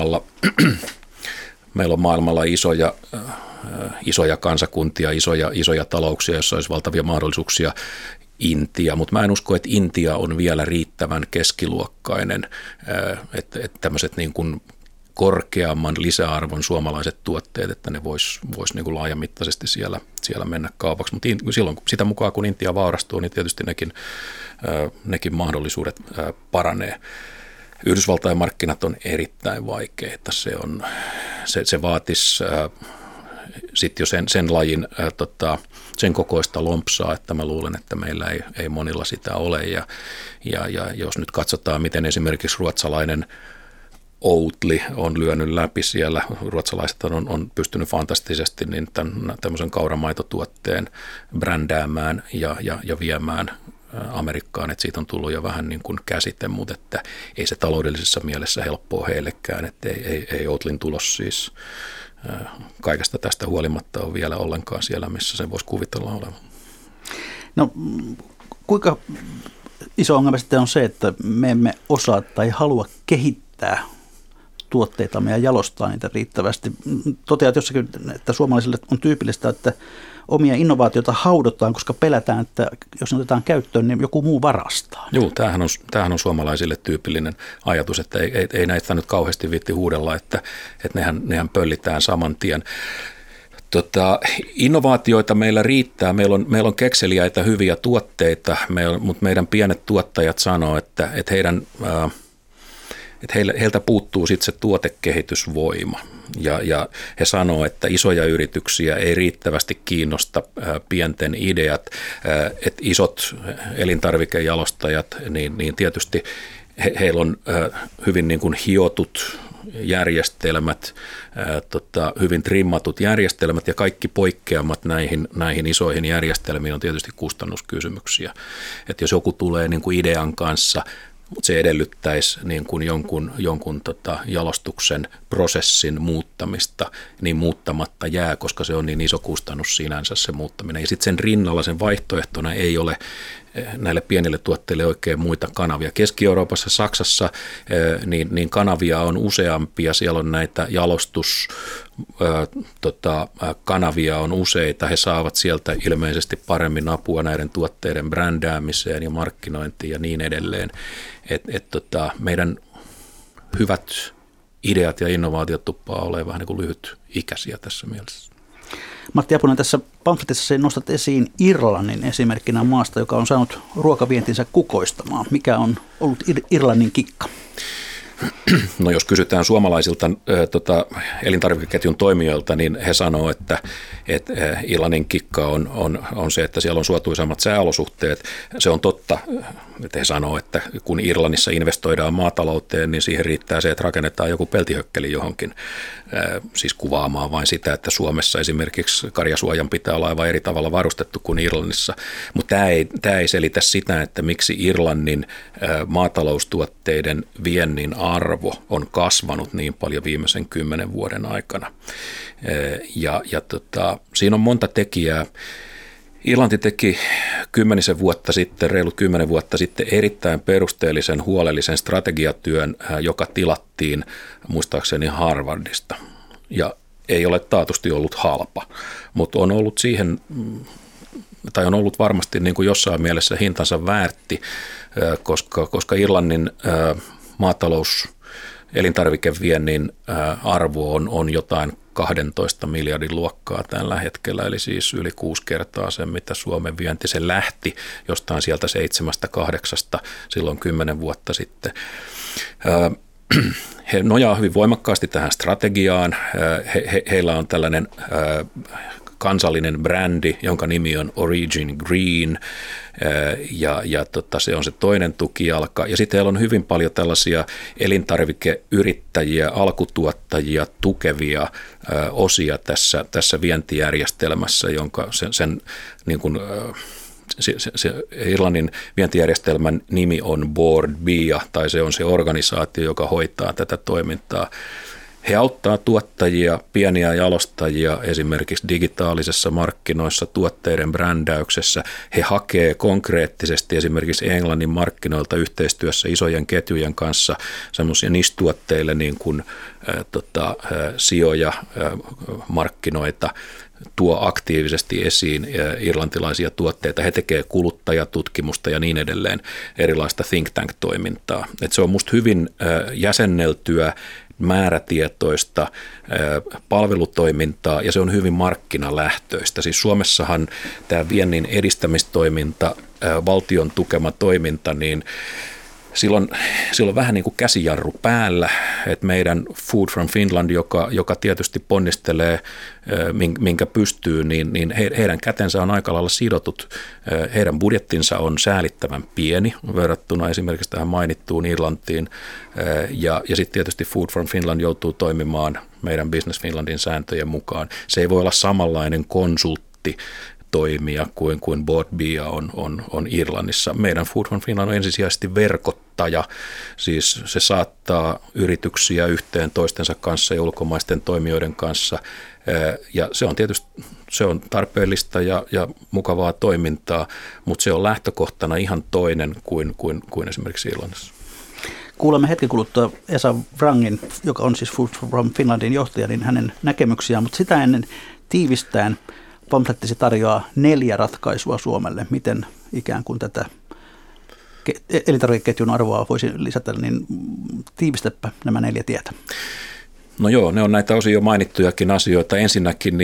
C: on maailmalla isoja kansakuntia, isoja talouksia, joissa olisi valtavia mahdollisuuksia. Intia, mutta mä en usko, että Intia on vielä riittävän keskiluokkainen, että tämmöiset niin kuin korkeamman lisäarvon suomalaiset tuotteet, että ne vois niin kuin laajamittaisesti siellä mennä kaupaksi. Mutta silloin sitä mukaan, kun Intia vaurastuu, niin tietysti nekin mahdollisuudet paranee. Yhdysvaltain markkinat on erittäin vaikeita. Se vaatisi sitten jo sen lajin sen kokoista lompsaa, että mä luulen, että meillä ei monilla sitä ole. Ja jos nyt katsotaan, miten esimerkiksi ruotsalainen Oatly on lyönyt läpi siellä, ruotsalaiset on pystynyt fantastisesti niin tämmöisen kauramaitotuotteen brändäämään ja viemään Amerikkaan, että siitä on tullut jo vähän niin kuin käsite, mutta että ei se taloudellisessa mielessä helppoa heillekään, että ei Oatlyn tulos siis kaikesta tästä huolimatta on vielä ollenkaan siellä, missä se voisi kuvitella olevan.
B: No kuinka iso ongelma sitten on se, että me emme osaa tai halua kehittää tuotteitamme ja jalostaa niitä riittävästi? Toteat jossakin, että suomalaisille on tyypillistä, että omia innovaatioita haudotaan, koska pelätään, että jos ne otetaan käyttöön, niin joku muu varastaa.
C: Joo, tämähän on suomalaisille tyypillinen ajatus, että ei näistä nyt kauheasti viitti huudella, että nehän pöllitään saman tien. Innovaatioita meillä riittää. Meillä on kekseliäitä hyviä tuotteita, mutta meidän pienet tuottajat sanoo, että heiltä puuttuu sitten se tuotekehitysvoima. Ja he sanoo, että isoja yrityksiä ei riittävästi kiinnosta pienten ideat, että isot elintarvikejalostajat, niin tietysti heillä on hyvin niin kuin hiotut järjestelmät, hyvin trimmatut järjestelmät ja kaikki poikkeamat näihin isoihin järjestelmiin on tietysti kustannuskysymyksiä. Että jos joku tulee niin kuin idean kanssa, mutta se edellyttäisi niin kuin jonkun jalostuksen prosessin muuttamista, niin muuttamatta jää, koska se on niin iso kustannus sinänsä se muuttaminen. Ja sitten sen rinnalla sen vaihtoehtona ei ole näille pienille tuotteille oikein muita kanavia. Keski-Euroopassa, Saksassa niin kanavia on useampia, siellä on näitä kanavia on useita, he saavat sieltä ilmeisesti paremmin apua näiden tuotteiden brändäämiseen ja markkinointiin ja niin edelleen. Meidän hyvät ideat ja innovaatiot tuppaa olemaan vähän niin kuin lyhytikäisiä tässä mielessä.
B: Matti Apunen, tässä pamfletissa nostat esiin Irlannin esimerkkinä maasta, joka on saanut ruokavientinsä kukoistamaan. Mikä on ollut Irlannin kikka?
C: No jos kysytään suomalaisilta elintarvikeketjun toimijoilta, niin he sanoo, että Irlannin kikka on se, että siellä on suotuisammat sääolosuhteet. Se on totta, että he sanoo, että kun Irlannissa investoidaan maatalouteen, niin siihen riittää se, että rakennetaan joku peltihökkeli johonkin, siis kuvaamaan vain sitä, että Suomessa esimerkiksi karjasuojan pitää olla aivan eri tavalla varustettu kuin Irlannissa. Mutta tämä ei selitä sitä, että miksi Irlannin maataloustuotteiden viennin arvo on kasvanut niin paljon viimeisen 10 vuoden aikana. Siinä on monta tekijää. Irlanti teki reilut 10 vuotta sitten erittäin perusteellisen huolellisen strategiatyön, joka tilattiin muistaakseni Harvardista. Ja ei ole taatusti ollut halpa, mutta on ollut on ollut varmasti niin kuin jossain mielessä hintansa väärti, koska Irlannin maatalous elintarvikeviennin arvo on jotain 12 miljardin luokkaa tällä hetkellä, eli siis yli 6 kertaa sen, mitä Suomen vienti. Se lähti jostain sieltä 7-8 silloin 10 vuotta sitten. He nojaa hyvin voimakkaasti tähän strategiaan. Heillä on tällainen kansallinen brändi, jonka nimi on Origin Green, se on se toinen tukijalka. Ja sitten heillä on hyvin paljon tällaisia elintarvikeyrittäjiä, alkutuottajia tukevia osia tässä vientijärjestelmässä, jonka sen niin kuin, se Irlannin vientijärjestelmän nimi on Bord Bia, tai se on se organisaatio, joka hoitaa tätä toimintaa. He auttaa tuottajia, pieniä jalostajia esimerkiksi digitaalisessa markkinoissa, tuotteiden brändäyksessä. He hakee konkreettisesti esimerkiksi Englannin markkinoilta yhteistyössä isojen ketjujen kanssa semmoisia niche-tuotteille niin kuin sijoja, markkinoita, tuo aktiivisesti esiin irlantilaisia tuotteita. He tekevät kuluttajatutkimusta ja niin edelleen, erilaista think tank-toimintaa. Se on musta hyvin jäsenneltyä, määrätietoista palvelutoimintaa ja se on hyvin markkinalähtöistä. Siis Suomessahan tämä viennin edistämistoiminta, valtion tukema toiminta, niin silloin vähän niin kuin käsijarru päällä, että meidän Food from Finland, joka tietysti ponnistelee, minkä pystyy, niin heidän kätensä on aika lailla sidotut. Heidän budjettinsa on säälittävän pieni verrattuna esimerkiksi tähän mainittuun Irlantiin. Ja sitten tietysti Food from Finland joutuu toimimaan meidän Business Finlandin sääntöjen mukaan. Se ei voi olla samanlainen konsultti toimia kuin Bord Bia on Irlannissa. Meidän Food from Finland on ensisijaisesti verkottaa saattaja, siis se saattaa yrityksiä yhteen toistensa kanssa ja ulkomaisten toimijoiden kanssa, ja se on tietysti tarpeellista ja mukavaa toimintaa, mutta se on lähtökohtana ihan toinen kuin esimerkiksi Irlannissa.
B: Kuulemme hetken kuluttua Esa Wrangin, joka on siis Food from Finlandin johtaja, niin hänen näkemyksiään, mutta sitä ennen tiivistäen pamflettisi tarjoaa 4 ratkaisua Suomelle, miten ikään kuin tätä elintarvikeketjun arvoa voisi lisätä, niin tiivistäpä nämä 4 tietä.
C: No joo, ne on näitä osin jo mainittujakin asioita. Ensinnäkin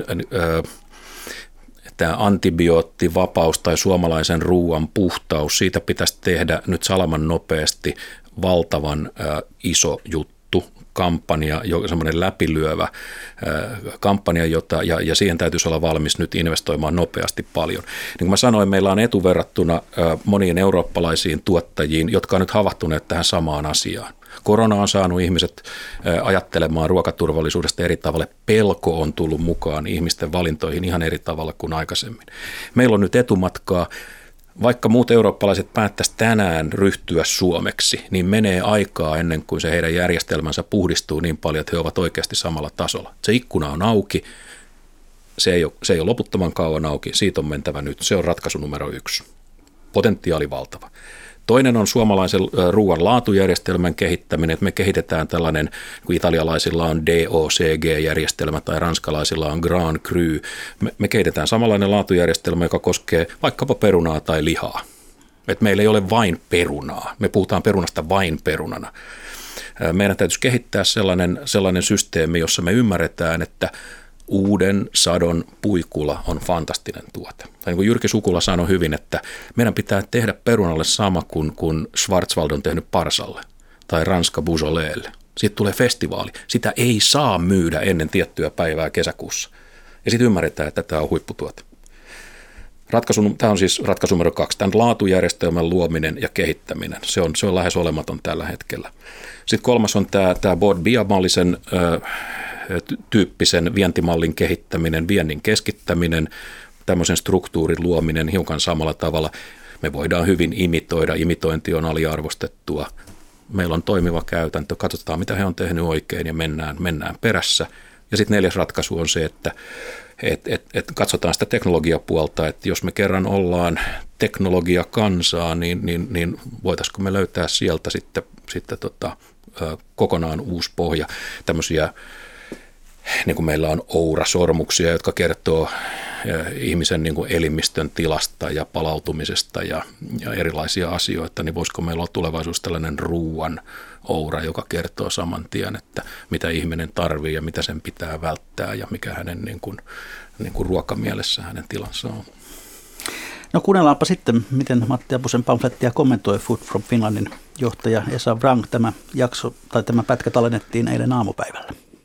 C: tämä antibioottivapaus tai suomalaisen ruuan puhtaus, siitä pitäisi tehdä nyt salaman nopeasti valtavan iso juttu, kampanja, semmoinen läpilyövä kampanja, ja siihen täytyisi olla valmis nyt investoimaan nopeasti paljon. Niin kuin mä sanoin, meillä on etuverrattuna moniin eurooppalaisiin tuottajiin, jotka on nyt havahtuneet tähän samaan asiaan. Korona on saanut ihmiset ajattelemaan ruokaturvallisuudesta eri tavalla. Pelko on tullut mukaan ihmisten valintoihin ihan eri tavalla kuin aikaisemmin. Meillä on nyt etumatkaa. Vaikka muut eurooppalaiset päättäisi tänään ryhtyä suomeksi, niin menee aikaa ennen kuin se heidän järjestelmänsä puhdistuu niin paljon, että he ovat oikeasti samalla tasolla. Se ikkuna on auki, se ei ole loputtoman kauan auki, siitä on mentävä nyt. Se on ratkaisu numero 1. Potentiaali valtava. Toinen on suomalaisen ruoan laatujärjestelmän kehittäminen, että me kehitetään tällainen, kun italialaisilla on DOCG-järjestelmä tai ranskalaisilla on Grand Cru. Me kehitetään samanlainen laatujärjestelmä, joka koskee vaikkapa perunaa tai lihaa. Et meillä ei ole vain perunaa, me puhutaan perunasta vain perunana. Meidän täytyisi kehittää sellainen systeemi, jossa me ymmärretään, että uuden sadon puikula on fantastinen tuote. Tai niin kuin Jyrki Sukula sanoi hyvin, että meidän pitää tehdä perunalle sama kuin Schwarzwald on tehnyt parsalle tai Ranska Beaujolaiille. Siitä tulee festivaali. Sitä ei saa myydä ennen tiettyä päivää kesäkuussa. Ja sitten ymmärretään, että tämä on huipputuote. Tämä on siis ratkaisu numero 2. Tämän laatujärjestelmän luominen ja kehittäminen. Se on lähes olematon tällä hetkellä. Sitten 3 on tämä Bia-mallisen tyyppisen vientimallin kehittäminen, viennin keskittäminen, tämmöisen struktuurin luominen hiukan samalla tavalla. Me voidaan hyvin imitoida, imitointi on aliarvostettua. Meillä on toimiva käytäntö, katsotaan mitä he on tehnyt oikein ja mennään perässä. Ja sitten 4. ratkaisu on se, että katsotaan sitä teknologiapuolta, että jos me kerran ollaan teknologiakansaa, niin voitaisiinko me löytää sieltä sitten kokonaan uusi pohja, tämmöisiä niin kuin meillä on Oura-sormuksia, jotka kertoo ihmisen niin kuin elimistön tilasta ja palautumisesta ja erilaisia asioita, niin voisiko meillä olla tulevaisuudessa tällainen ruuan Oura, joka kertoo saman tien, että mitä ihminen tarvitsee ja mitä sen pitää välttää ja mikä hänen niin kuin ruokamielessä hänen tilansa on.
B: No kuunnellaanpa sitten, miten Matti Apusen pamflettia kommentoi Food from Finlandin johtaja Esa Wrang. Tämä pätkä tallennettiin eilen aamupäivällä.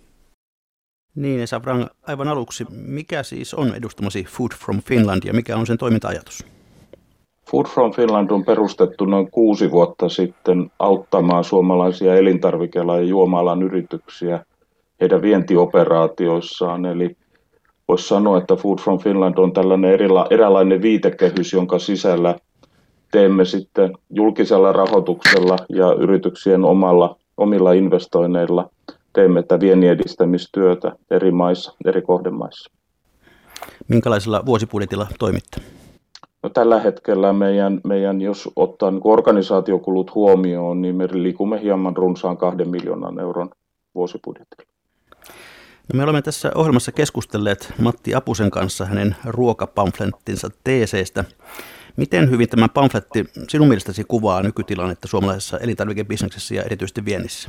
B: Niin, Esa Wrang, aivan aluksi, mikä siis on edustamasi Food from Finland ja mikä on sen toiminta-ajatus?
A: Food from Finland on perustettu noin 6 vuotta sitten auttamaan suomalaisia elintarvike- ja juoma-alan yrityksiä heidän vientioperaatioissaan. Eli voisi sanoa, että Food from Finland on tällainen eräänlainen viitekehys, jonka sisällä teemme sitten julkisella rahoituksella ja yrityksien omilla investoinneilla teemme tätä viennin edistämistyötä eri maissa, eri kohdemaissa.
B: Minkälaisella vuosibudjetilla toimitte?
A: No, tällä hetkellä meidän jos ottaa niin organisaatiokulut huomioon, niin me liikumme hieman runsaan 2 miljoonan euron vuosibudjetilla.
B: No, me olemme tässä ohjelmassa keskustelleet Matti Apusen kanssa hänen ruokapamflettinsa teeseistä. Miten hyvin tämä pamfletti sinun mielestäsi kuvaa nykytilannetta suomalaisessa elintarvikebisneksessä ja erityisesti viennissä?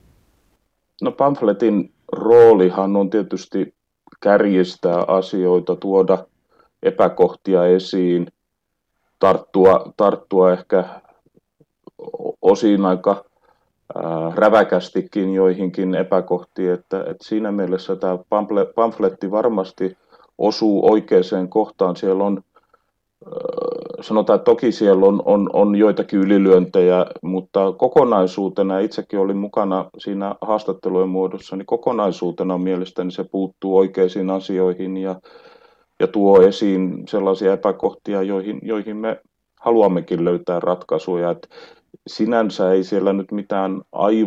A: No, pamfletin roolihan on tietysti kärjistää asioita, tuoda epäkohtia esiin, tarttua ehkä osin aika räväkästikin joihinkin epäkohtiin, että siinä mielessä tämä pamfletti varmasti osuu oikeaan kohtaan. Siellä on, sanotaan, että toki siellä on joitakin ylilyöntejä, mutta kokonaisuutena, itsekin olin mukana siinä haastattelujen muodossa, niin kokonaisuutena mielestäni se puuttuu oikeisiin asioihin ja tuo esiin sellaisia epäkohtia, joihin me haluammekin löytää ratkaisuja. sinänsä ei siellä nyt mitään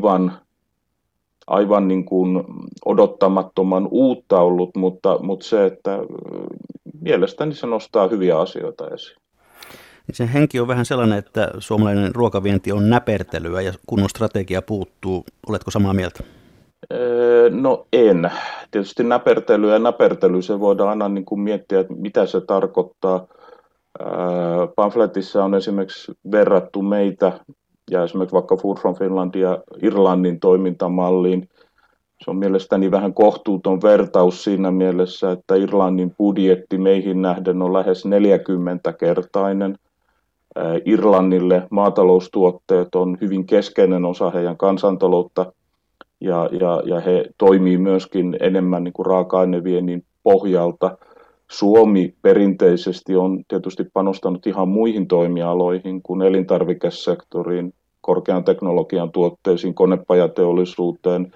A: aivan niin kuin odottamattoman uutta ollut, mutta se, että mielestäni se nostaa hyviä asioita esiin.
B: Se henki on vähän sellainen, että suomalainen ruokavienti on näpertelyä ja kunnon strategia puuttuu. Oletko samaa mieltä?
A: No en. Tietysti näpertely, se voidaan aina niin kuin miettiä, että mitä se tarkoittaa. Pamfletissa on esimerkiksi verrattu meitä ja esimerkiksi vaikka Food from Finland ja Irlannin toimintamalliin. Se on mielestäni vähän kohtuuton vertaus siinä mielessä, että Irlannin budjetti meihin nähden on lähes 40-kertainen. Irlannille maataloustuotteet on hyvin keskeinen osa heidän kansantaloutta ja he toimii myöskin enemmän niin kuin raaka-aineviennin pohjalta. Suomi perinteisesti on tietysti panostanut ihan muihin toimialoihin kuin elintarvikesektoriin, korkean teknologian tuotteisiin, konepajateollisuuteen,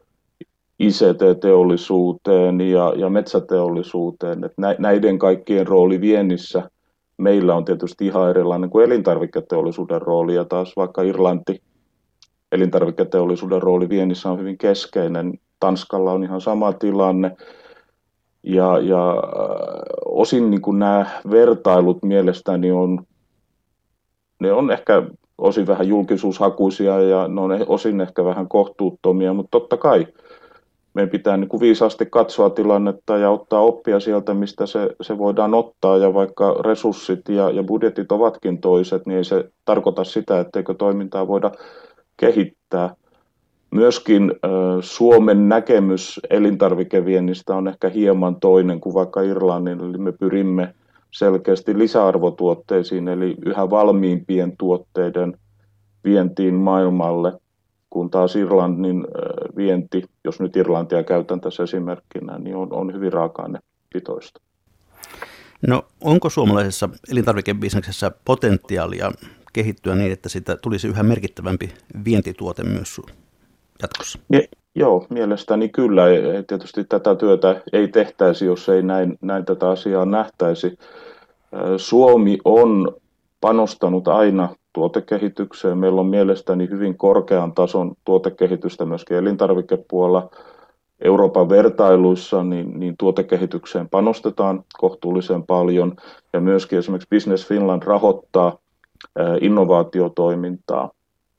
A: ICT-teollisuuteen ja metsäteollisuuteen. Että näiden kaikkien rooli viennissä meillä on tietysti ihan erilainen kuin elintarviketeollisuuden rooli, ja taas vaikka Irlanti elintarviketeollisuuden rooli viennissä on hyvin keskeinen. Tanskalla on ihan sama tilanne. Ja osin niin kuin nämä vertailut mielestäni ne on ehkä osin vähän julkisuushakuisia ja ne on osin ehkä vähän kohtuuttomia, mutta totta kai meidän pitää niin kuin viisaasti katsoa tilannetta ja ottaa oppia sieltä, mistä se voidaan ottaa, ja vaikka resurssit ja budjetit ovatkin toiset, niin ei se tarkoita sitä, etteikö toimintaa voida kehittää. Myöskin Suomen näkemys elintarvikeviennistä on ehkä hieman toinen kuin vaikka Irlannin, eli me pyrimme selkeästi lisäarvotuotteisiin, eli yhä valmiimpien tuotteiden vientiin maailmalle, kun taas Irlannin vienti, jos nyt Irlantia käytän tässä esimerkkinä, niin on hyvin raaka-ainepitoista.
B: No onko suomalaisessa elintarvikebisneksessä potentiaalia kehittyä niin, että siitä tulisi yhä merkittävämpi vientituote myös jatkossa?
A: Joo, mielestäni kyllä. Tietysti tätä työtä ei tehtäisi, jos ei näin tätä asiaa nähtäisi. Suomi on panostanut aina tuotekehitykseen. Meillä on mielestäni hyvin korkean tason tuotekehitystä myöskin elintarvikepuolella. Euroopan vertailuissa niin tuotekehitykseen panostetaan kohtuullisen paljon, ja myöskin esimerkiksi Business Finland rahoittaa innovaatiotoimintaa.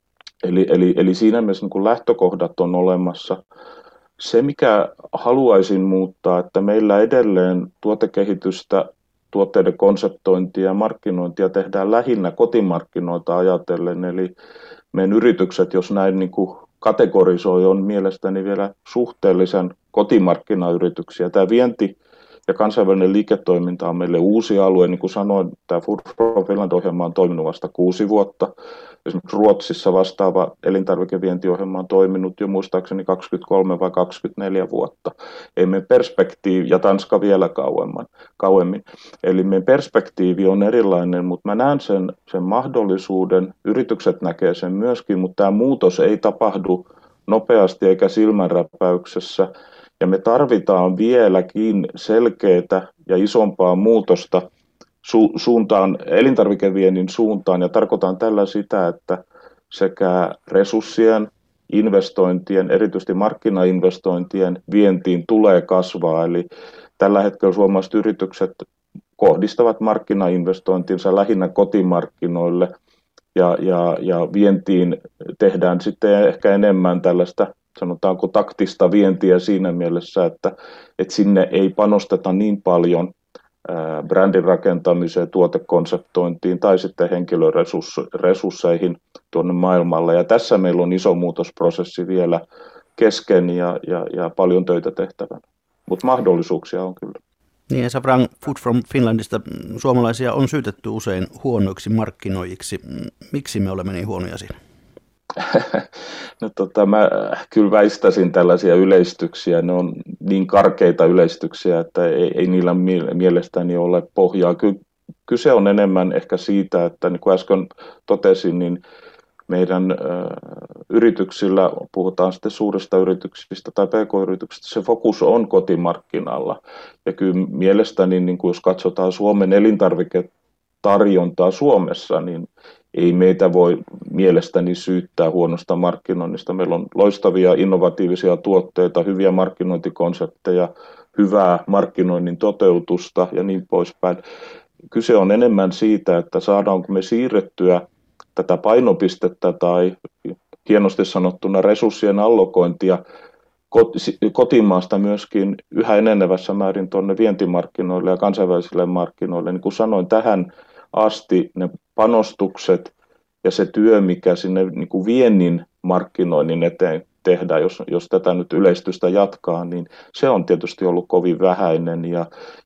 A: Eli siinä mielessä niin kun lähtökohdat on olemassa. Se, mikä haluaisin muuttaa, että meillä edelleen tuotekehitystä, tuotteiden konseptointia ja markkinointia tehdään lähinnä kotimarkkinoita ajatellen. Eli meidän yritykset, jos näin niin kuin kategorisoi, on mielestäni vielä suhteellisen kotimarkkinayrityksiä. Tämä vienti ja kansainvälinen liiketoiminta on meille uusi alue. Niin kuin sanoin, tämä Food from Finland-ohjelma on toiminut vasta 6 vuotta. Esimerkiksi Ruotsissa vastaava elintarvikevientiohjelma on toiminut jo muistaakseni 23 vai 24 vuotta. Ei meidän perspektiivi, ja Tanska vielä kauemmin. Eli meidän perspektiivi on erilainen, mutta mä näen sen mahdollisuuden. Yritykset näkee sen myöskin, mutta tämä muutos ei tapahdu nopeasti eikä silmänräpäyksessä. Ja me tarvitaan vieläkin selkeää ja isompaa muutosta suuntaan, elintarvikeviennin suuntaan, ja tarkoitan tällä sitä, että sekä resurssien, investointien, erityisesti markkinainvestointien vientiin tulee kasvaa. Eli tällä hetkellä suomalaiset yritykset kohdistavat markkinainvestointinsa lähinnä kotimarkkinoille, ja vientiin tehdään sitten ehkä enemmän tällaista, sanotaanko taktista vientiä siinä mielessä, että sinne ei panosteta niin paljon brändin rakentamiseen, tuotekonseptointiin tai sitten henkilöresursseihin tuonne maailmalle. Ja tässä meillä on iso muutosprosessi vielä kesken ja paljon töitä tehtävänä. Mutta mahdollisuuksia on kyllä.
B: Niin, Esa Wrang, Food from Finlandista suomalaisia on syytetty usein huonoiksi markkinoijiksi. Miksi me olemme niin huonoja siinä?
A: No, mä kyllä väistäisin tällaisia yleistyksiä. Ne on niin karkeita yleistyksiä, että ei niillä mielestäni ole pohjaa. Kyse on enemmän ehkä siitä, että niin kuin äsken totesin, niin meidän yrityksillä, puhutaan sitten suurista yrityksistä tai pk-yrityksistä, se fokus on kotimarkkinalla. Ja kyllä mielestäni, niin kuin jos katsotaan Suomen tarjontaa Suomessa, niin ei meitä voi mielestäni syyttää huonosta markkinoinnista. Meillä on loistavia innovatiivisia tuotteita, hyviä markkinointikonsepteja, hyvää markkinoinnin toteutusta ja niin poispäin. Kyse on enemmän siitä, että saadaanko me siirrettyä tätä painopistettä tai hienosti sanottuna resurssien allokointia kotimaasta myöskin yhä enenevässä määrin tuonne vientimarkkinoille ja kansainvälisille markkinoille. Niin kuin sanoin, tähän asti ne panostukset ja se työ, mikä sinne niin kuin viennin markkinoinnin eteen tehdään, jos tätä nyt yleistystä jatkaa, niin se on tietysti ollut kovin vähäinen ja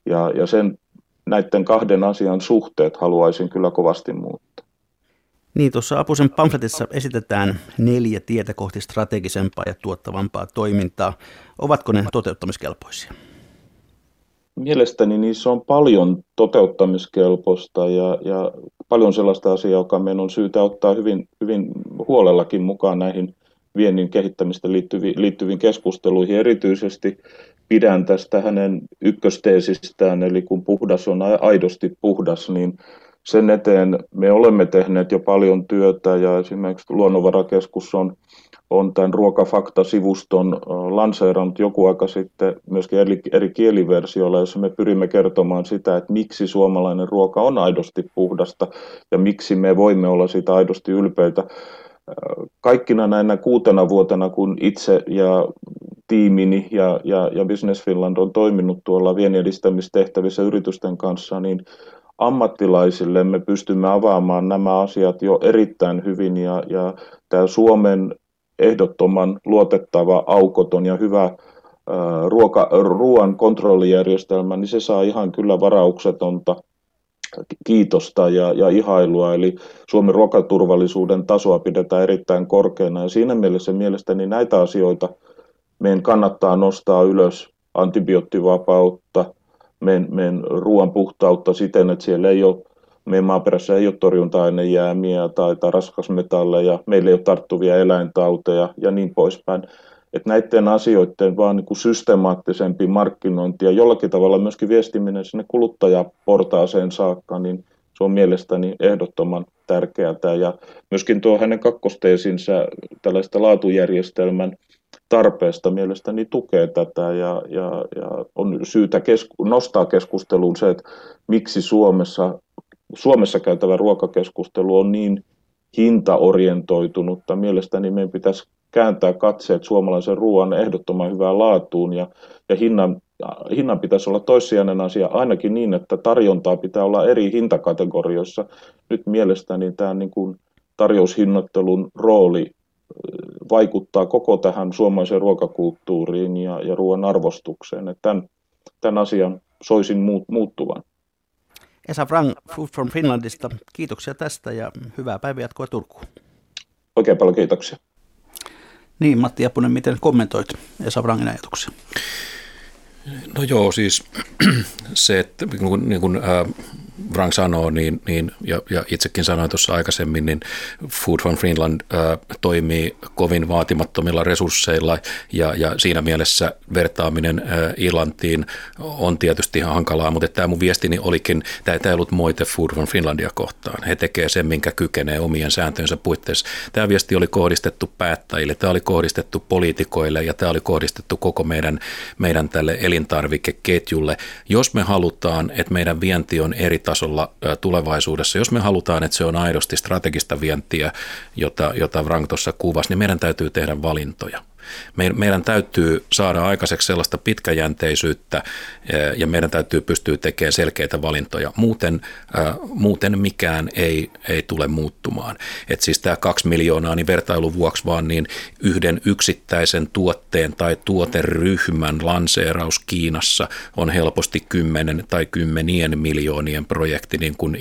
A: näiden kahden asian suhteet haluaisin kyllä kovasti muuttaa.
B: Niin, tuossa Apusen pamfletissa esitetään 4 tietä kohti strategisempaa ja tuottavampaa toimintaa. Ovatko ne toteuttamiskelpoisia?
A: Mielestäni niissä on paljon toteuttamiskelpoista ja paljon sellaista asiaa, joka meidän on syytä ottaa hyvin, hyvin huolellakin mukaan näihin viennin kehittämistä liittyviin keskusteluihin. Erityisesti pidän tästä hänen ykkösteesistään, eli kun puhdas on aidosti puhdas, niin sen eteen me olemme tehneet jo paljon työtä ja esimerkiksi Luonnonvarakeskus on tämän Ruokafakta-sivuston lanseerannut joku aika sitten myöskin eri kieliversioilla, jossa me pyrimme kertomaan sitä, että miksi suomalainen ruoka on aidosti puhdasta ja miksi me voimme olla siitä aidosti ylpeitä. Kaikkina näinä 6 vuotena, kun itse ja tiimini ja Business Finland on toiminut tuolla viennin edistämistehtävissä yritysten kanssa, niin ammattilaisille me pystymme avaamaan nämä asiat jo erittäin hyvin ja tämä Suomen ehdottoman luotettava, aukoton ja hyvä ruoan kontrollijärjestelmä, niin se saa ihan kyllä varauksetonta kiitosta ja ihailua, eli Suomen ruokaturvallisuuden tasoa pidetään erittäin korkeana ja siinä mielessä mielestäni näitä asioita meidän kannattaa nostaa ylös, antibioottivapautta, meidän ruoan puhtautta siten, että siellä ei ole, meidän maaperässä ei ole torjunta-ainejäämiä tai raskasmetalleja, meillä ei ole tarttuvia eläintauteja ja niin poispäin. Että näiden asioiden vaan niin kuin systemaattisempi markkinointi ja jollakin tavalla myöskin viestiminen sinne kuluttajaportaaseen saakka, niin se on mielestäni ehdottoman tärkeää. Ja myöskin tuo hänen kakkosteesinsä tällaista laatujärjestelmän tarpeesta mielestäni tukee tätä ja on syytä nostaa keskusteluun se, että miksi Suomessa käytävä ruokakeskustelu on niin hintaorientoitunutta. Mielestäni meidän pitäisi kääntää katseet suomalaisen ruoan ehdottoman hyvään laatuun ja hinnan pitäisi olla toissijainen asia ainakin niin, että tarjontaa pitää olla eri hintakategorioissa. Nyt mielestäni tämä niin kuin tarjoushinnoittelun rooli vaikuttaa koko tähän suomalaiseen ruokakulttuuriin ja ruoan arvostukseen. Että tämän asian soisin muuttuvan.
B: Esa Wrang Food from Finlandista, kiitoksia tästä ja hyvää päivänjatkoa Turkuun.
A: Oikein paljon kiitoksia.
B: Niin, Matti Apunen, miten kommentoit Esa Wrangin ajatuksia?
C: No joo, siis se, että niin kuin Wrang sanoo, ja itsekin sanoin tuossa aikaisemmin, niin Food from Finland toimii kovin vaatimattomilla resursseilla ja siinä mielessä vertaaminen Irlantiin on tietysti hankalaa, mutta tämä mun viestini olikin, tämä ei ollut moite Food from Finlandia kohtaan. He tekevät sen, minkä kykenee omien sääntöjensä puitteissa. Tämä viesti oli kohdistettu päättäjille, tämä oli kohdistettu poliitikoille ja tämä oli kohdistettu koko meidän tälle elintarvikeketjulle. Jos me halutaan, että meidän vienti on eri tasolla tulevaisuudessa, jos me halutaan, että se on aidosti strategista vientiä, jota Wrang tuossa kuvasi, niin meidän täytyy tehdä valintoja. Meidän täytyy saada aikaiseksi sellaista pitkäjänteisyyttä ja meidän täytyy pystyä tekemään selkeitä valintoja. Muuten mikään ei tule muuttumaan. Et siis tämä 2 miljoonaa, niin vertailun vuoksi vaan niin yhden yksittäisen tuotteen tai tuoteryhmän lanseeraus Kiinassa on helposti 10 tai 10 miljoonien projekti, niin kuin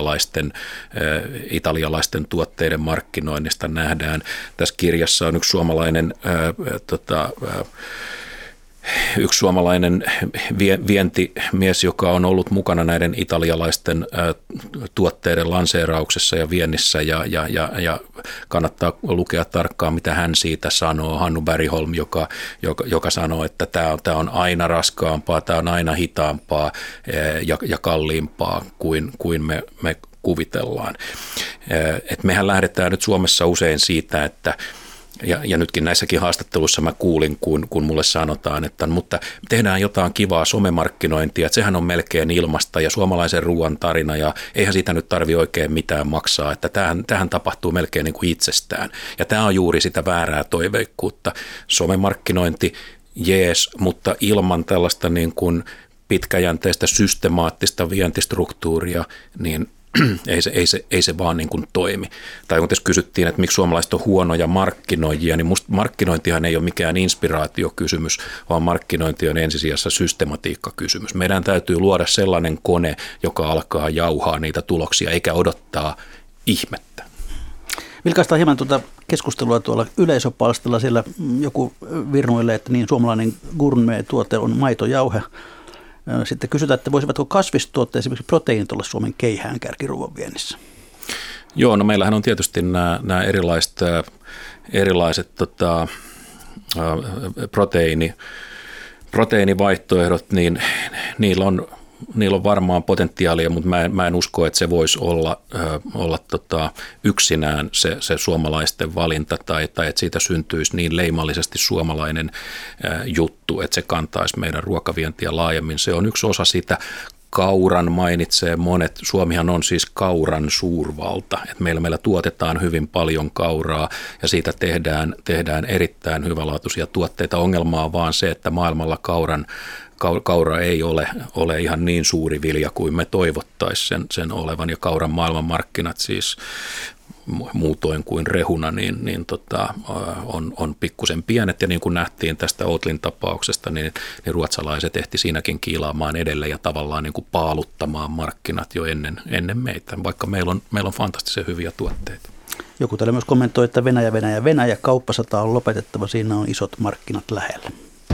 C: italialaisten tuotteiden markkinoinnista nähdään. Tässä kirjassa on yksi suomalainen yksi suomalainen vientimies, joka on ollut mukana näiden italialaisten tuotteiden lanseerauksessa ja viennissä ja kannattaa lukea tarkkaan, mitä hän siitä sanoo. Hannu Bergholm, joka sanoo, että tämä on aina raskaampaa, tämä on aina hitaampaa ja kalliimpaa kuin me kuvitellaan. Et mehän lähdetään nyt Suomessa usein siitä, että ja nytkin näissäkin haastatteluissa mä kuulin, kun mulle sanotaan, että mutta tehdään jotain kivaa somemarkkinointia, että sehän on melkein ilmasta ja suomalaisen ruoan tarina ja eihän siitä nyt tarvitse oikein mitään maksaa, että tämähän tapahtuu melkein niin kuin itsestään. Ja tämä on juuri sitä väärää toiveikkuutta. Somemarkkinointi, jees, mutta ilman tällaista niin kuin pitkäjänteistä systemaattista vientistruktuuria, niin ei se vaan niin kuin toimi. Tai kun tässä kysyttiin, että miksi suomalaiset on huonoja markkinoijia, niin musta markkinointihan ei ole mikään inspiraatiokysymys, vaan markkinointi on ensisijassa systematiikkakysymys. Meidän täytyy luoda sellainen kone, joka alkaa jauhaa niitä tuloksia, eikä odottaa ihmettä.
B: Vilkaistaan hieman tuota keskustelua tuolla yleisöpalstalla. Siellä joku virnuilee, että niin suomalainen gourmet-tuote on maitojauhe. Sitten kysytään, että voisivatko kasvistuotteet, esimerkiksi proteiinit, olla Suomen keihäänkärkiruuan viennissä?
C: Joo, no meillähän on tietysti nämä erilaiset proteiinivaihtoehdot, niin niillä on varmaan potentiaalia, mutta mä en usko, että se voisi olla yksinään se suomalaisten valinta tai että siitä syntyisi niin leimallisesti suomalainen juttu, että se kantaisi meidän ruokavientiä laajemmin. Se on yksi osa sitä. Kauran mainitsee monet. Suomihan on siis kauran suurvalta. Et meillä tuotetaan hyvin paljon kauraa ja siitä tehdään erittäin hyvälaatuisia tuotteita. Ongelma on vaan se, että maailmalla kaura ei ole ihan niin suuri vilja kuin me toivottaisiin sen olevan. Ja kauran maailmanmarkkinat siis muutoin kuin rehuna, on pikkusen pienet. Ja niin kuin nähtiin tästä Oatlyn tapauksesta, niin ruotsalaiset ehti siinäkin kiilaamaan edelleen ja tavallaan niin kuin paaluttamaan markkinat jo ennen meitä, vaikka meillä on fantastisen hyviä tuotteita.
B: Joku täällä myös kommentoi, että Venäjä, kauppasota on lopetettava, siinä on isot markkinat lähellä.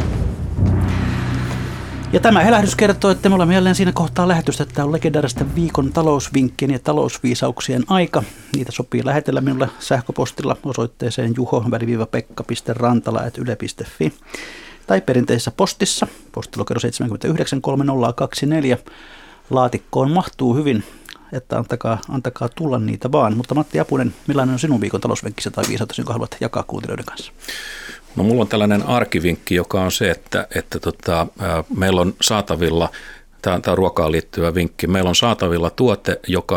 B: Ja tämä helähdys kertoo, että me olemme jälleen siinä kohtaa lähetystä, että tämä on legendaaristen viikon talousvinkkien ja talousviisauksien aika. Niitä sopii lähetellä minulle sähköpostilla osoitteeseen juho-rantala@yle.fi tai perinteisessä postissa, postilokero 793024. Laatikkoon mahtuu hyvin, että antakaa tulla niitä vaan. Mutta Matti Apunen, millainen on sinun viikon talousvinkkisi tai viisaus, jonka haluat jakaa kuuntelijoiden kanssa?
C: No mulla on tällainen arkivinkki, joka on se, että meillä on saatavilla, tämä on ruokaan liittyvä vinkki, meillä on saatavilla tuote,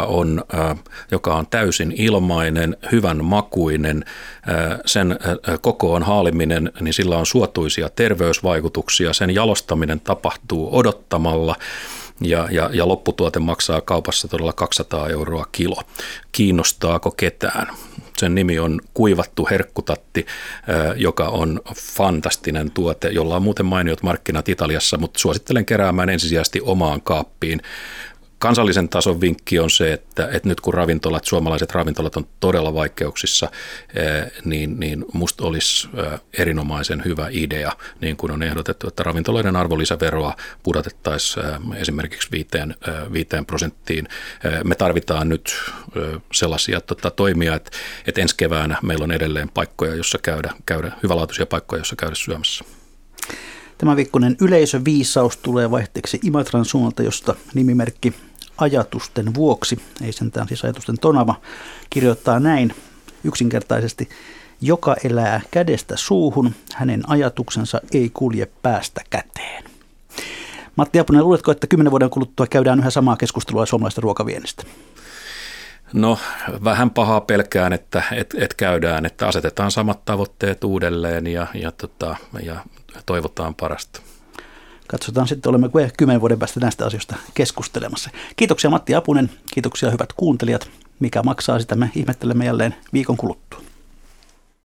C: joka on täysin ilmainen, hyvän makuinen, sen koko on haaliminen, niin sillä on suotuisia terveysvaikutuksia, sen jalostaminen tapahtuu odottamalla. Ja lopputuote maksaa kaupassa todella 200 € kilo. Kiinnostaako ketään? Sen nimi on kuivattu herkkutatti, joka on fantastinen tuote, jolla on muuten mainiot markkinat Italiassa, mutta suosittelen keräämään ensisijaisesti omaan kaappiin. Kansallisen tason vinkki on se, että nyt kun suomalaiset ravintolat on todella vaikeuksissa, niin musta olisi erinomaisen hyvä idea, niin kuin on ehdotettu, että ravintoloiden arvonlisäveroa pudotettaisiin esimerkiksi 5%. Me tarvitaan nyt sellaisia toimia, että ensi keväänä meillä on edelleen paikkoja, jossa käydä hyvälaatuisia paikkoja, jossa käydä syömässä.
B: Tämä viikkoinen yleisöviisaus tulee vaihteeksi Imatran suunnalta, josta nimimerkki Ajatusten vuoksi, ei sentään siis ajatusten tonava, kirjoittaa näin yksinkertaisesti: joka elää kädestä suuhun, hänen ajatuksensa ei kulje päästä käteen. Matti Apunen, luuletko, että 10 vuoden kuluttua käydään yhä samaa keskustelua suomalaisesta ruokaviennistä?
C: No vähän pahaa pelkään, että käydään, että asetetaan samat tavoitteet uudelleen ja toivotaan parasta.
B: Katsotaan sitten, olemme 10 vuoden päästä näistä asioista keskustelemassa. Kiitoksia Matti Apunen, kiitoksia hyvät kuuntelijat. Mikä maksaa, sitä me ihmettelemme jälleen viikon kuluttua.